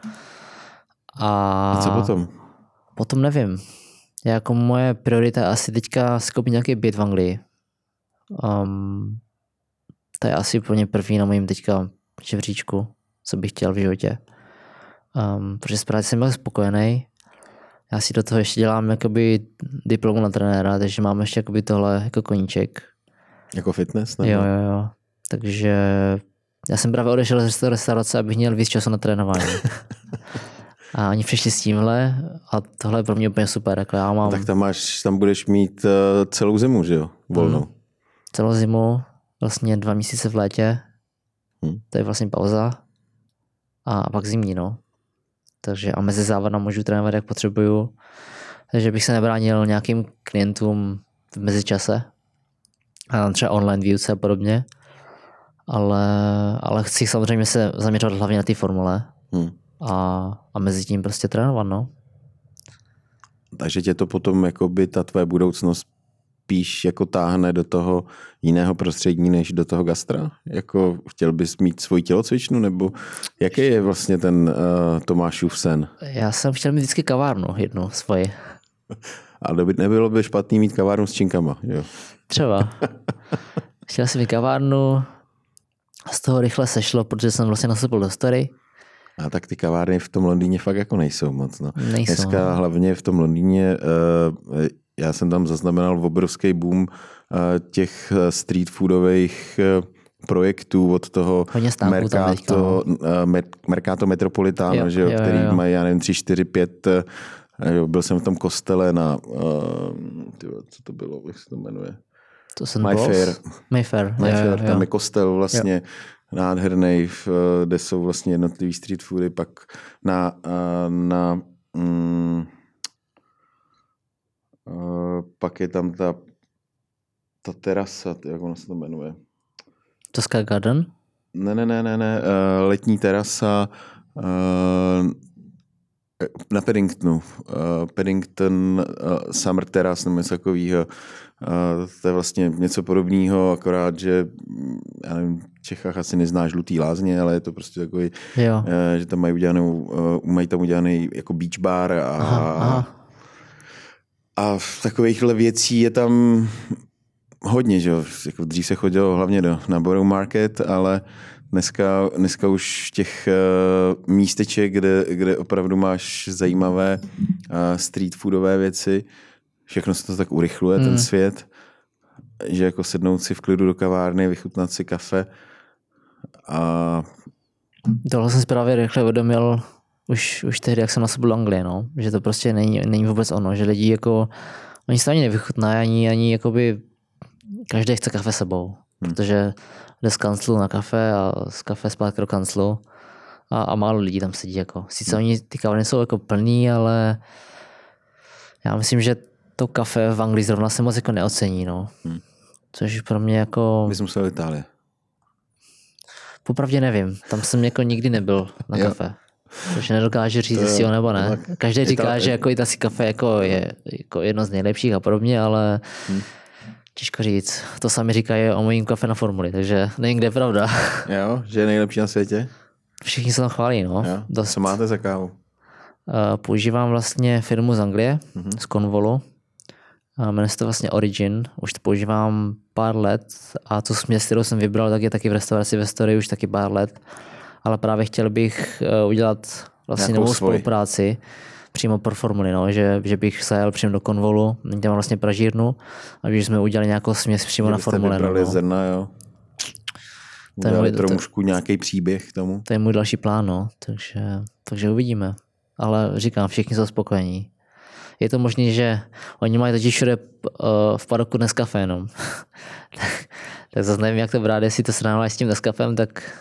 A,
a co potom?
Potom nevím. Jako moje priorita je asi teďka skoupit nějaký byt v Anglii. Um, to je asi úplně první na mojím teďka žebříčku, co bych chtěl v životě. Um, protože zprávě jsem byl spokojený. Já si do toho ještě dělám jakoby diplomu na trenéra, takže mám ještě jakoby tohle jako koníček.
Jako fitness? Nebo?
Jo, jo, jo. Takže já jsem právě odešel z restaurace, abych měl víc času na trénování. A oni přišli s tímhle a tohle je pro mě úplně super. Jako já mám...
Tak tam máš, tam budeš mít uh, celou zimu, že jo? Volnou. Hmm.
Celou zimu, vlastně dva měsíce v létě. Hmm. To je vlastně pauza. A pak zimní, no. Takže a mezi závodem můžu trénovat, jak potřebuju. Takže bych se nebránil nějakým klientům v mezičase. A třeba online výuce a podobně. Ale, ale chci samozřejmě se zaměřovat hlavně na ty formule. Hmm. A, a mezi tím prostě trénovat, no.
Takže tě to potom, jakoby ta tvoje budoucnost spíš jako táhne do toho jiného prostředí, než do toho gastra? Jako chtěl bys mít svoji tělocvičnu, nebo jaký je vlastně ten uh, Tomášův sen?
Já jsem chtěl mít vždycky kavárnu jednu svoji.
Ale by, nebylo by špatný mít kavárnu s činkama, jo?
Třeba. Chtěl jsem mít kavárnu a z toho rychle sešlo, protože jsem vlastně nasypal do story.
A tak ty kavárny v tom Londýně fakt jako nejsou moc. No.
Nejsou.
Dneska no. Hlavně v tom Londýně, uh, já jsem tam zaznamenal obrovský boom uh, těch street foodových uh, projektů od toho Mercato, uh, Mercato Metropolitano, jo, že jo, jo, který jo. mají, já nevím, tři, čtyři, pět uh, Jo, byl jsem v tom kostele na, uh, tyjo, co to bylo, jak se to jmenuje?
To jsem
Mayfair.
Mayfair,
Mayfair,
jo, jo,
tam
jo.
je kostel vlastně jo. nádherný, kde jsou vlastně jednotlivý street foody, pak na, na mm, pak je tam ta, ta terasa, jak ono se to jmenuje?
Tosca Garden?
Ne, ne, ne, ne, ne, letní terasa na Paddingtonu. Uh, Paddington uh, Summer Terrace nebo něco takového. Uh, to je vlastně něco podobného, akorát, že já nevím, v Čechách asi nezná Žlutý lázně, ale je to prostě takový,
jo.
Uh, že tam mají udělanou, uh, mají tam udělaný jako beach bar a,
aha, aha.
a takovýchhle věcí je tam hodně, že jo. Jako dřív se chodilo hlavně do, na Borough Market, ale Dneska, dneska už těch uh, místeček, kde, kde opravdu máš zajímavé uh, street foodové věci, všechno se to tak urychluje, mm. ten svět, že jako sednout si v klidu do kavárny, vychutnat si kafe a...
Tohle jsem si právě rychle uvědomil už, už tehdy, jak jsem nasedl do Anglie, no. Že to prostě není, není vůbec ono, že lidi jako, oni se ani nevychutnají, ani, ani jakoby, každý chce kafe sebou, hmm. protože jde z kanclu na kafe a z kafe zpátky do kanclu a, a málo lidí tam sedí. Jako. Sice oni ty kavárny jsou jako plný, ale já myslím, že to kafe v Anglii zrovna se moc jako neocení. No. Hmm. Což pro mě jako...
My jsme museli do Itálie.
Popravdě nevím. Tam jsem jako nikdy nebyl na jo. kafe. Takže nedokážu říct, jestli jo nebo ne. Každý říká, Itali... že jako italský kafe jako je jako jedno z nejlepších a podobně, ale... Hmm. Těžko říct. To sami říkají o mojím kafe na formuli, takže nevím, kde je pravda.
Jo, že je nejlepší na světě?
Všichni se tam chválí, no.
Jo. Co máte za kávu? Uh,
používám vlastně firmu z Anglie, mm-hmm. z Cornwallu. Uh, jmenuje se to vlastně Origin. Už to používám pár let a tu směs, kterou jsem vybral, tak je taky v restauraci ve Story už taky pár let. Ale právě chtěl bych uh, udělat vlastně novou svoj. spolupráci přímo pro formuli, no, že, že bych se jel přímo do Cornwallu, tam mám vlastně pražírnu a že jsme udělali nějakou směs přímo že na formule.
Vybrali
no.
zrna, jo. Udělali trošku nějaký příběh k tomu.
To je můj další plán, no, takže, takže uvidíme. Ale říkám, všichni jsou spokojení. Je to možné, že oni mají totiž všude uh, v Padoku Nescafé jenom. tak, tak zase nevím, jak to brát, jestli to srovnávají s tím Nescafem, tak...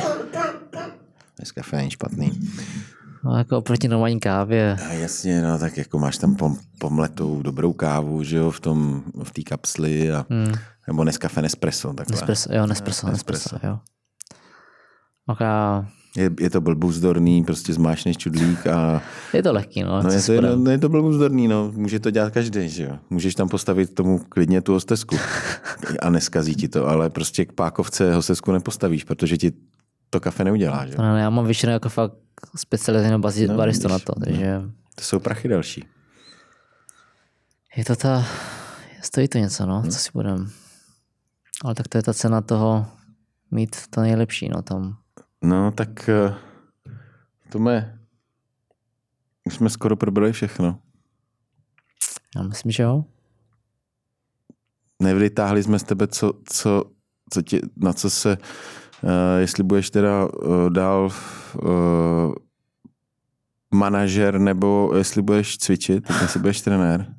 Nescafé není špatný.
No, jako oproti normální kávě.
A jasně, no, tak jako máš tam pom, pomletou dobrou kávu, že jo, v tom, v té kapsli a, hmm. nebo Nescafé Nespresso, takhle.
Nespresso, jo, Nespresso, Nespresso, Nespresso jo. Okay.
Je, je to blbuzdorný, prostě zmášneš čudlík a...
Je to lehký, no.
no je, to, no, je to blbuzdorný, no. Může to dělat každý, že jo. Můžeš tam postavit tomu klidně tu hostesku a neskazí ti to, ale prostě k pákovce hostesku nepostavíš, protože ti to kafe neudělá, že jo.
No, já mám většinou jako fakt specializovanou no, baristu na to, takže...
No. To jsou prachy další.
Je to ta... Stojí to něco, no, hmm. co si budem. Ale tak to je ta cena toho mít to nejlepší, no, tam.
No, tak to mě... Už jsme skoro probrali všechno.
Já myslím, že jo.
Nevytáhli jsme z tebe, co, co, co tě, na co se... Uh, jestli budeš teda uh, dál uh, manažer, nebo jestli budeš cvičit, jestli budeš trenér?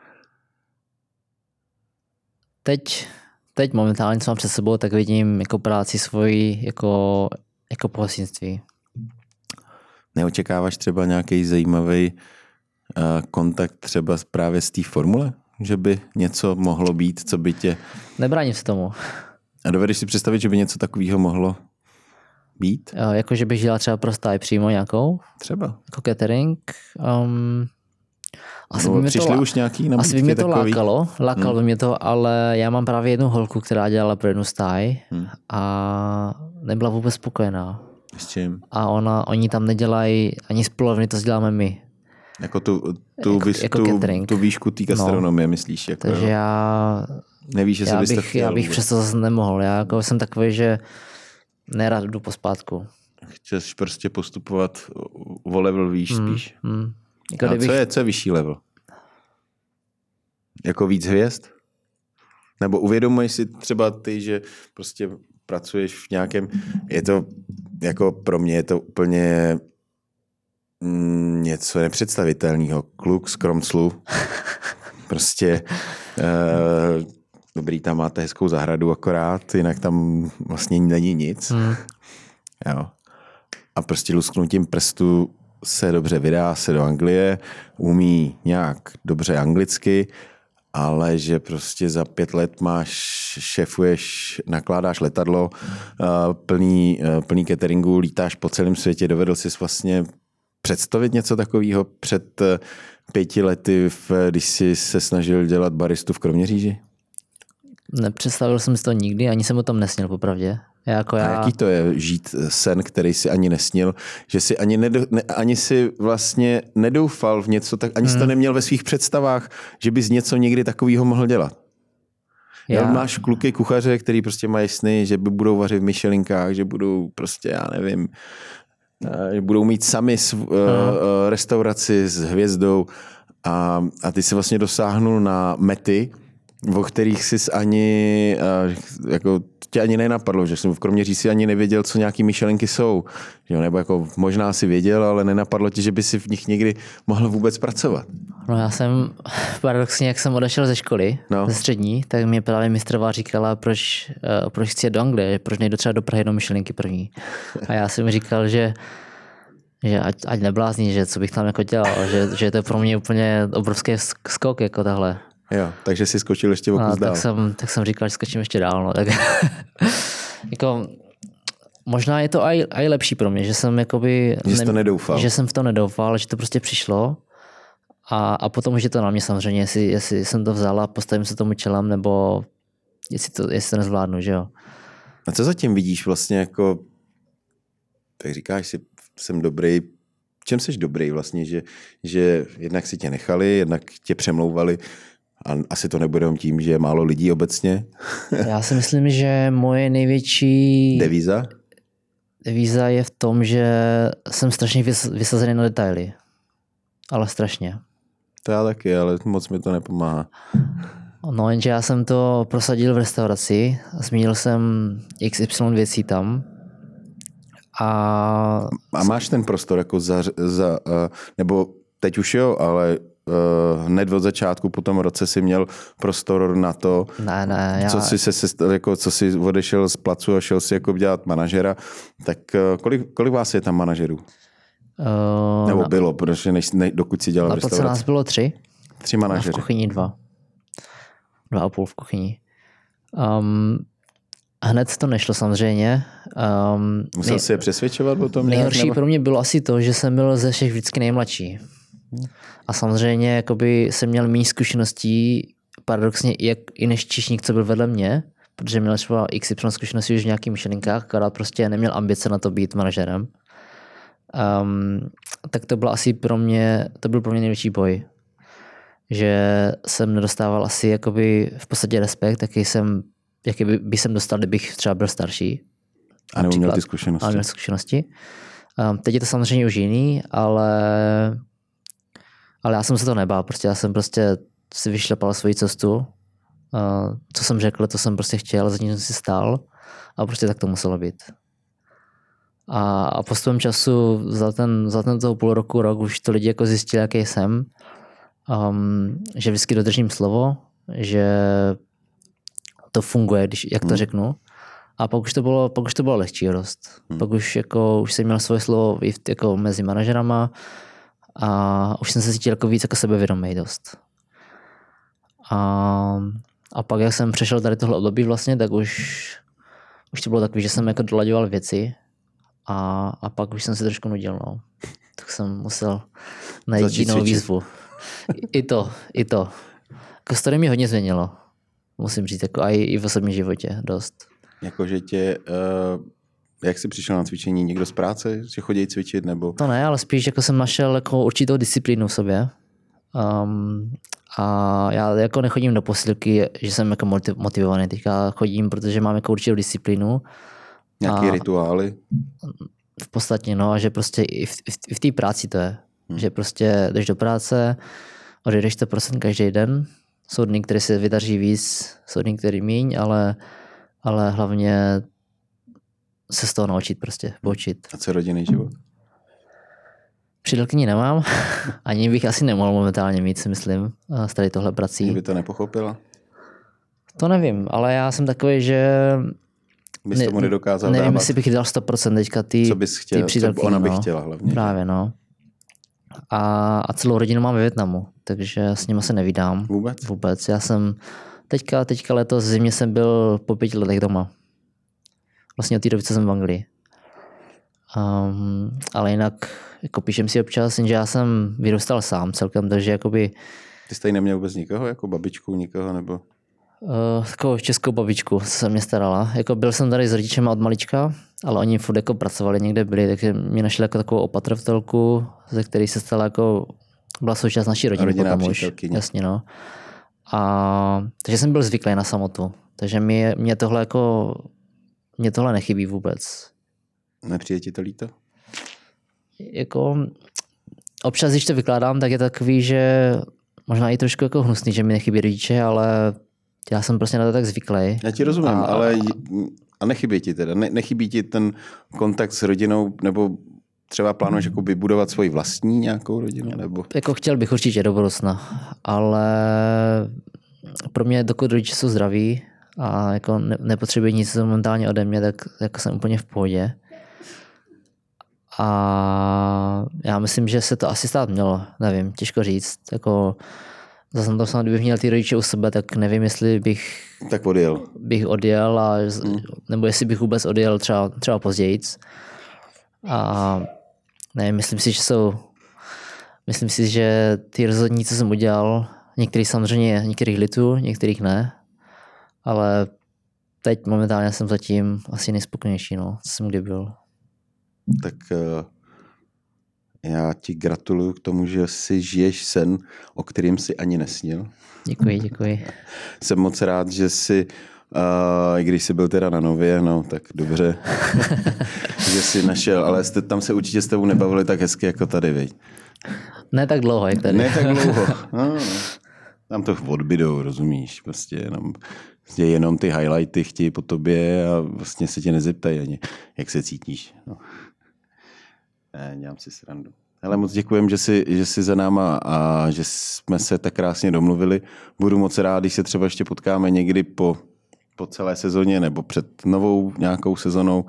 Teď, teď momentálně, co mám před sebou, tak vidím jako práci svoji jako, jako pohostinství.
Neočekáváš třeba nějaký zajímavý uh, kontakt třeba právě z té formule? Že by něco mohlo být, co by tě...
Nebráním se tomu.
A dovedeš si představit, že by něco takového mohlo být?
Uh, jako, že bych dělal třeba pro stáj přímo nějakou?
Třeba.
Jako catering. Um, asi
no,
by mě
přišli
to,
už nějaký nabídky
asi by mě to
takový?
lákalo, lákalo hmm. by mě to, ale já mám právě jednu holku, která dělala pro jednu stáj hmm. a nebyla vůbec spokojená.
S čím?
A ona, oni tam nedělají ani z poloviny, to děláme my.
Jako tu, tu,
jako,
vys,
jako
tu,
catering.
tu výšku té gastronomie, no. Myslíš? Jako,
takže
jo.
já...
Nevíš, že
já
bys to
bych,
chtěl.
Já bych přesto zase nemohl. Já jako jsem takový, že nerad jdu pospátku.
Chceš prostě postupovat o level výš
hmm,
spíš.
Hmm. Jako
A
kdybych...
co je, co je vyšší level? Jako víc hvězd? Nebo uvědomuješ si třeba ty, že prostě pracuješ v nějakém... Je to, jako pro mě je to úplně mm, něco nepředstavitelného. Kluk z Kromclu. Prostě uh, dobrý, tam máte hezkou zahradu akorát, jinak tam vlastně není nic. Hmm. Jo. A prostě lusknutím prstu se dobře vydá se do Anglie, umí nějak dobře anglicky, ale že prostě za pět let máš, šéfuješ, nakládáš letadlo plný, plný cateringu, lítáš po celém světě, dovedl jsi vlastně představit něco takového před pěti lety, když jsi se snažil dělat baristu v Kroměříži?
Nepředstavil jsem si to nikdy, ani jsem o tom nesnil popravdě. Já jako já...
A jaký to je žít sen, který si ani nesnil, že si ani, nedo, ne, ani si vlastně nedoufal v něco, tak ani hmm. jsi to neměl ve svých představách, že bys něco někdy takového mohl dělat. Já... Máš kluky kuchaře, který prostě mají sny, že budou vařit v Michelinkách, že budou prostě, já nevím, že budou mít sami sv, hmm. restauraci s hvězdou a, a ty si vlastně dosáhnul na mety, o kterých jsi ani, jako tě ani nenapadlo, že jsem v Kroměříži si ani nevěděl, co nějaký Michelinky jsou. Nebo jako možná si věděl, ale nenapadlo ti, že by si v nich někdy mohl vůbec pracovat.
No já jsem, paradoxně, jak jsem odešel ze školy, no. ze střední, tak mě právě mistrová říkala, proč, proč chci jet do Anglie, proč nejdu třeba do Prahy do Michelinky první. A já jsem říkal, že že ať, ať neblázní, že co bych tam jako dělal, že, že to je pro mě úplně obrovský skok jako tahle.
Jo, takže si skočil ještě o kus
no,
dál.
Tak jsem, tak jsem říkal, že skočím ještě dál. No, tak jako, možná je to aj, aj lepší pro mě, že jsem jakoby...
Že jsi to nedoufal.
Že jsem v to nedoufal, že to prostě přišlo a, a potom už je to na mě samozřejmě, jestli, jestli jsem to vzal a postavím se tomu čelem, nebo jestli to, jestli to nezvládnu, že jo.
A co zatím vidíš vlastně jako, tak říkáš si, jsem dobrý, v čem jsi dobrý vlastně, že, že jednak si tě nechali, jednak tě přemlouvali. A asi to nebude tím, že je málo lidí obecně.
Já si myslím, že moje největší...
Devíza?
Devíza je v tom, že jsem strašně vysazený na detaily. Ale strašně.
To já taky, ale moc mi to nepomáhá.
No jenže já jsem to prosadil v restauraci. Zmínil jsem iks ypsilon věcí tam. A,
a máš ten prostor jako za, za... Nebo teď už jo, ale... Uh, hned od začátku po tom roce si měl prostor na to,
ne, ne, já...
co, jsi se, jako, co jsi odešel z placu a šel si jako dělat manažera, tak uh, kolik, kolik vás je tam manažerů? Uh, Nebo na... bylo, protože než, ne, dokud si dělal
na
v restauraci?
Na nás bylo tři.
Tři manažeři.
A v kuchyni dva. Dva a půl v kuchyni. Um, hned to nešlo samozřejmě. Um,
Musel nej... si je přesvědčovat o tom?
Nejhorší
nebo...
pro mě bylo asi to, že jsem byl ze všech vždycky nejmladší. A samozřejmě jakoby jsem měl méně zkušeností, paradoxně jak i než čišník, co byl vedle mě, protože měl třeba iks ypsilon zkušeností už v nějakých Michelinkách, akorát prostě neměl ambice na to být manažerem. Um, tak to byl asi pro mě, to byl pro mě největší boj. Že jsem nedostával asi jakoby v podstatě respekt, jaký jsem, jaký by, by jsem dostal, kdybych třeba byl starší.
A nebo měl ty zkušenosti.
A měl zkušenosti. Um, teď je to samozřejmě už jiný, ale Ale já jsem se to nebál, prostě já jsem prostě si vyšlepal svoji cestu. Uh, co jsem řekl, to jsem prostě chtěl, za tím jsem si stál a prostě tak to muselo být. A, a postupem času za ten, za ten toho půl roku, rok už to lidi jako zjistili, jaký jsem. Um, že vždycky dodržím slovo, že to funguje, když, jak to hmm. řeknu. A pak už to bylo, pak už to bylo lehčí dost. Hmm. Pak už, jako, už jsem měl svoje slovo i v, jako mezi manažerama, a už jsem se cítil jako víc jako sebevědomý dost. A, a pak, jak jsem přešel tady tohle období vlastně, tak už, už to bylo takový, že jsem jako dolaďoval věci a, a pak už jsem se trošku nudil, no. Tak jsem musel najít jinou výzvu. I, I to, i to. Jako story mi hodně změnilo, musím říct, jako i, i v osobním životě dost.
Jakože tě... Uh... Jak jsi přišel na cvičení? Někdo z práce, že chodí cvičit? Nebo?
To ne, ale spíš jako jsem našel jako určitou disciplínu v sobě. Um, a já jako nechodím do posilky, že jsem jako motivovaný. Teďka chodím, protože mám jako určitou disciplínu.
Nějaké rituály?
V podstatě, no, a že prostě i v, v, v té práci to je. Hmm. Že prostě jdeš do práce, odejdeš sto procent každý den. Jsou dny, které se vydaří víc, jsou dny, které míň, ale, ale hlavně se z toho naučit prostě, poučit.
A co rodinný život?
Přítelkyni nemám, ani bych asi nemohl momentálně mít, si myslím, s tady tohle prací.
Kdyby to nepochopila?
To nevím, ale já jsem takový, že
bys ne, tomu nedokázal
nevím,
dávat?
jestli bych dal sto procent teďka ty,
co bys chtěl,
ty
co ona by
no.
chtěla hlavně.
Právě, no. A, a celou rodinu mám ve Vietnamu, takže s nimi se nevydám.
Vůbec?
Vůbec. Já jsem teďka, teďka letos v zimě jsem byl po pěti letech doma. Vlastně od té doby, co jsem v Anglii. Um, ale jinak jako píšem si občas, že já jsem vyrůstal sám celkem, takže jakoby...
Ty jsi tady neměl vůbec nikoho, jako babičku, nikoho, nebo...
Uh, takovou českou babičku, co se mě starala. Jako byl jsem tady s rodičema od malička, ale oni furt jako pracovali, někde byli, takže mě našli jako takovou opatrovatelku, ze který se stala jako... Byla součást naší rodiny potom už. Jasně, no. A, takže jsem byl zvyklý na samotu. Takže mě, mě tohle jako... Mě tohle nechybí vůbec.
Nepřijde ti to líto?
Jako, občas, když to vykládám, tak je takový, že možná i trošku jako hnusný, že mi nechybí rodiče, ale já jsem prostě na to tak zvyklý.
Já ti rozumím,
a,
ale a nechybí ti teda? Ne, nechybí ti ten kontakt s rodinou, nebo třeba plánuješ jako vybudovat svoji vlastní nějakou rodinu? Nebo?
Jako chtěl bych určitě do budoucna, ale pro mě, dokud rodiče jsou zdraví a jako ne, nepotřebují nic momentálně ode mě, tak jako jsem úplně v pohodě. A já myslím, že se to asi stát mělo, nevím, těžko říct. Jako, zase na to snad, kdybych měl ty rodiče u sebe, tak nevím, jestli bych,
tak odjel.
bych odjel, a,
hmm.
nebo jestli bych vůbec odjel třeba, třeba později. A nevím, myslím si, že jsou, myslím si, že ty rozhodnutí, co jsem udělal, některých samozřejmě, některých litu, některých ne, ale teď momentálně jsem zatím asi nejspokojenější, no, co jsem kdy byl.
Tak uh, já ti gratuluju k tomu, že si žiješ sen, o kterým si ani nesnil.
Děkuji, děkuji.
Jsem moc rád, že jsi, uh, i když jsi byl teda na Nově, no tak dobře, že jsi našel, ale jste, tam se určitě s tebou nebavili tak hezky jako tady, viď?
Ne tak dlouho, jak tady.
Ne tak dlouho. No, no. Tam to odbydou, rozumíš, prostě jenom, prostě jenom ty highlighty chtějí po tobě a vlastně se tě nezeptají ani, jak se cítíš. No. Ne, dělám si srandu. Hele, moc děkujem, že jsi, že jsi za náma a že jsme se tak krásně domluvili. Budu moc rád, když se třeba ještě potkáme někdy po, po celé sezóně nebo před novou nějakou sezonou.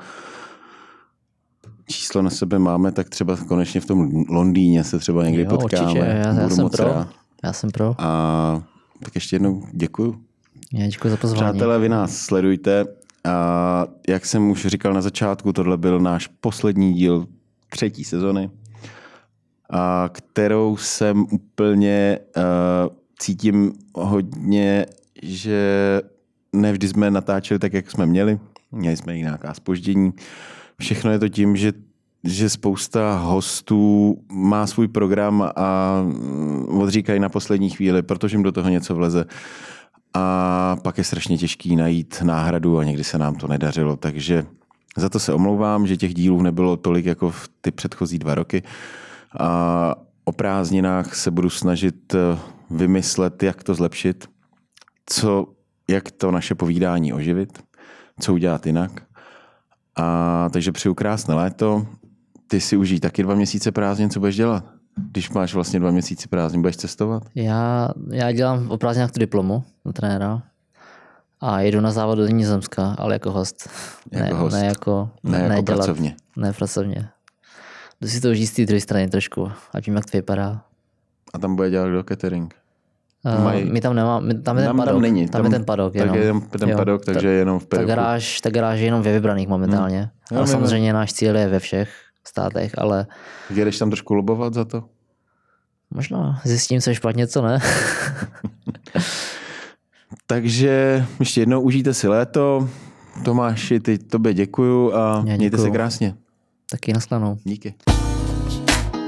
Číslo na sebe máme, tak třeba konečně v tom Londýně se třeba někdy jo, potkáme.
Určitě, já, já
Budu
jsem
moc
pro.
rád.
Já jsem pro.
A tak ještě jednou děkuju.
Já děkuji za pozvání.
Přátelé, vy nás sledujte. A jak jsem už říkal na začátku, tohle byl náš poslední díl třetí sezony, a kterou jsem úplně uh, cítím hodně, že nevždy jsme natáčeli tak, jak jsme měli. Měli jsme i nějaká zpoždění. Všechno je to tím, že, že spousta hostů má svůj program a odříkají na poslední chvíli, protože jim do toho něco vleze. A pak je strašně těžký najít náhradu a někdy se nám to nedařilo, takže za to se omlouvám, že těch dílů nebylo tolik jako v ty předchozí dva roky. A o prázdninách se budu snažit vymyslet, jak to zlepšit, co, jak to naše povídání oživit, co udělat jinak. A takže přeju krásné léto. Ty si užij taky dva měsíce prázdnin, co budeš dělat? Když máš vlastně dva měsíce prázdnin, budeš cestovat?
Já, já dělám o prázdninách tu diplomu na trenéra. A jedu na závod do Nizozemska, ale jako host.
Jako
ne,
host.
Ne jako,
ne
ne
jako
dělat,
pracovně.
Ne pracovně. Jdu si to užít z té druhé strany trošku, ať vím, jak to vypadá.
A tam bude dělat kdo catering?
Uh, Maj... My tam nemá, my, tam je
tam,
ten padok.
Tam, není.
tam, tam je ten padok.
Tak je jenom ten
jo,
padok, takže je jenom v pedoku.
Ta garáž, ta garáž je jenom ve vybraných momentálně. Hmm. Ale jo, samozřejmě je. Náš cíl je ve všech státech, ale...
Jedeš tam trošku lobovat za to?
Možná zjistím, co je špatně, co ne.
Takže ještě jednou užijte si léto. Tomáši, ty tobě děkuju a
Já
mějte
děkuju.
se krásně.
Taky nashledanou.
Díky.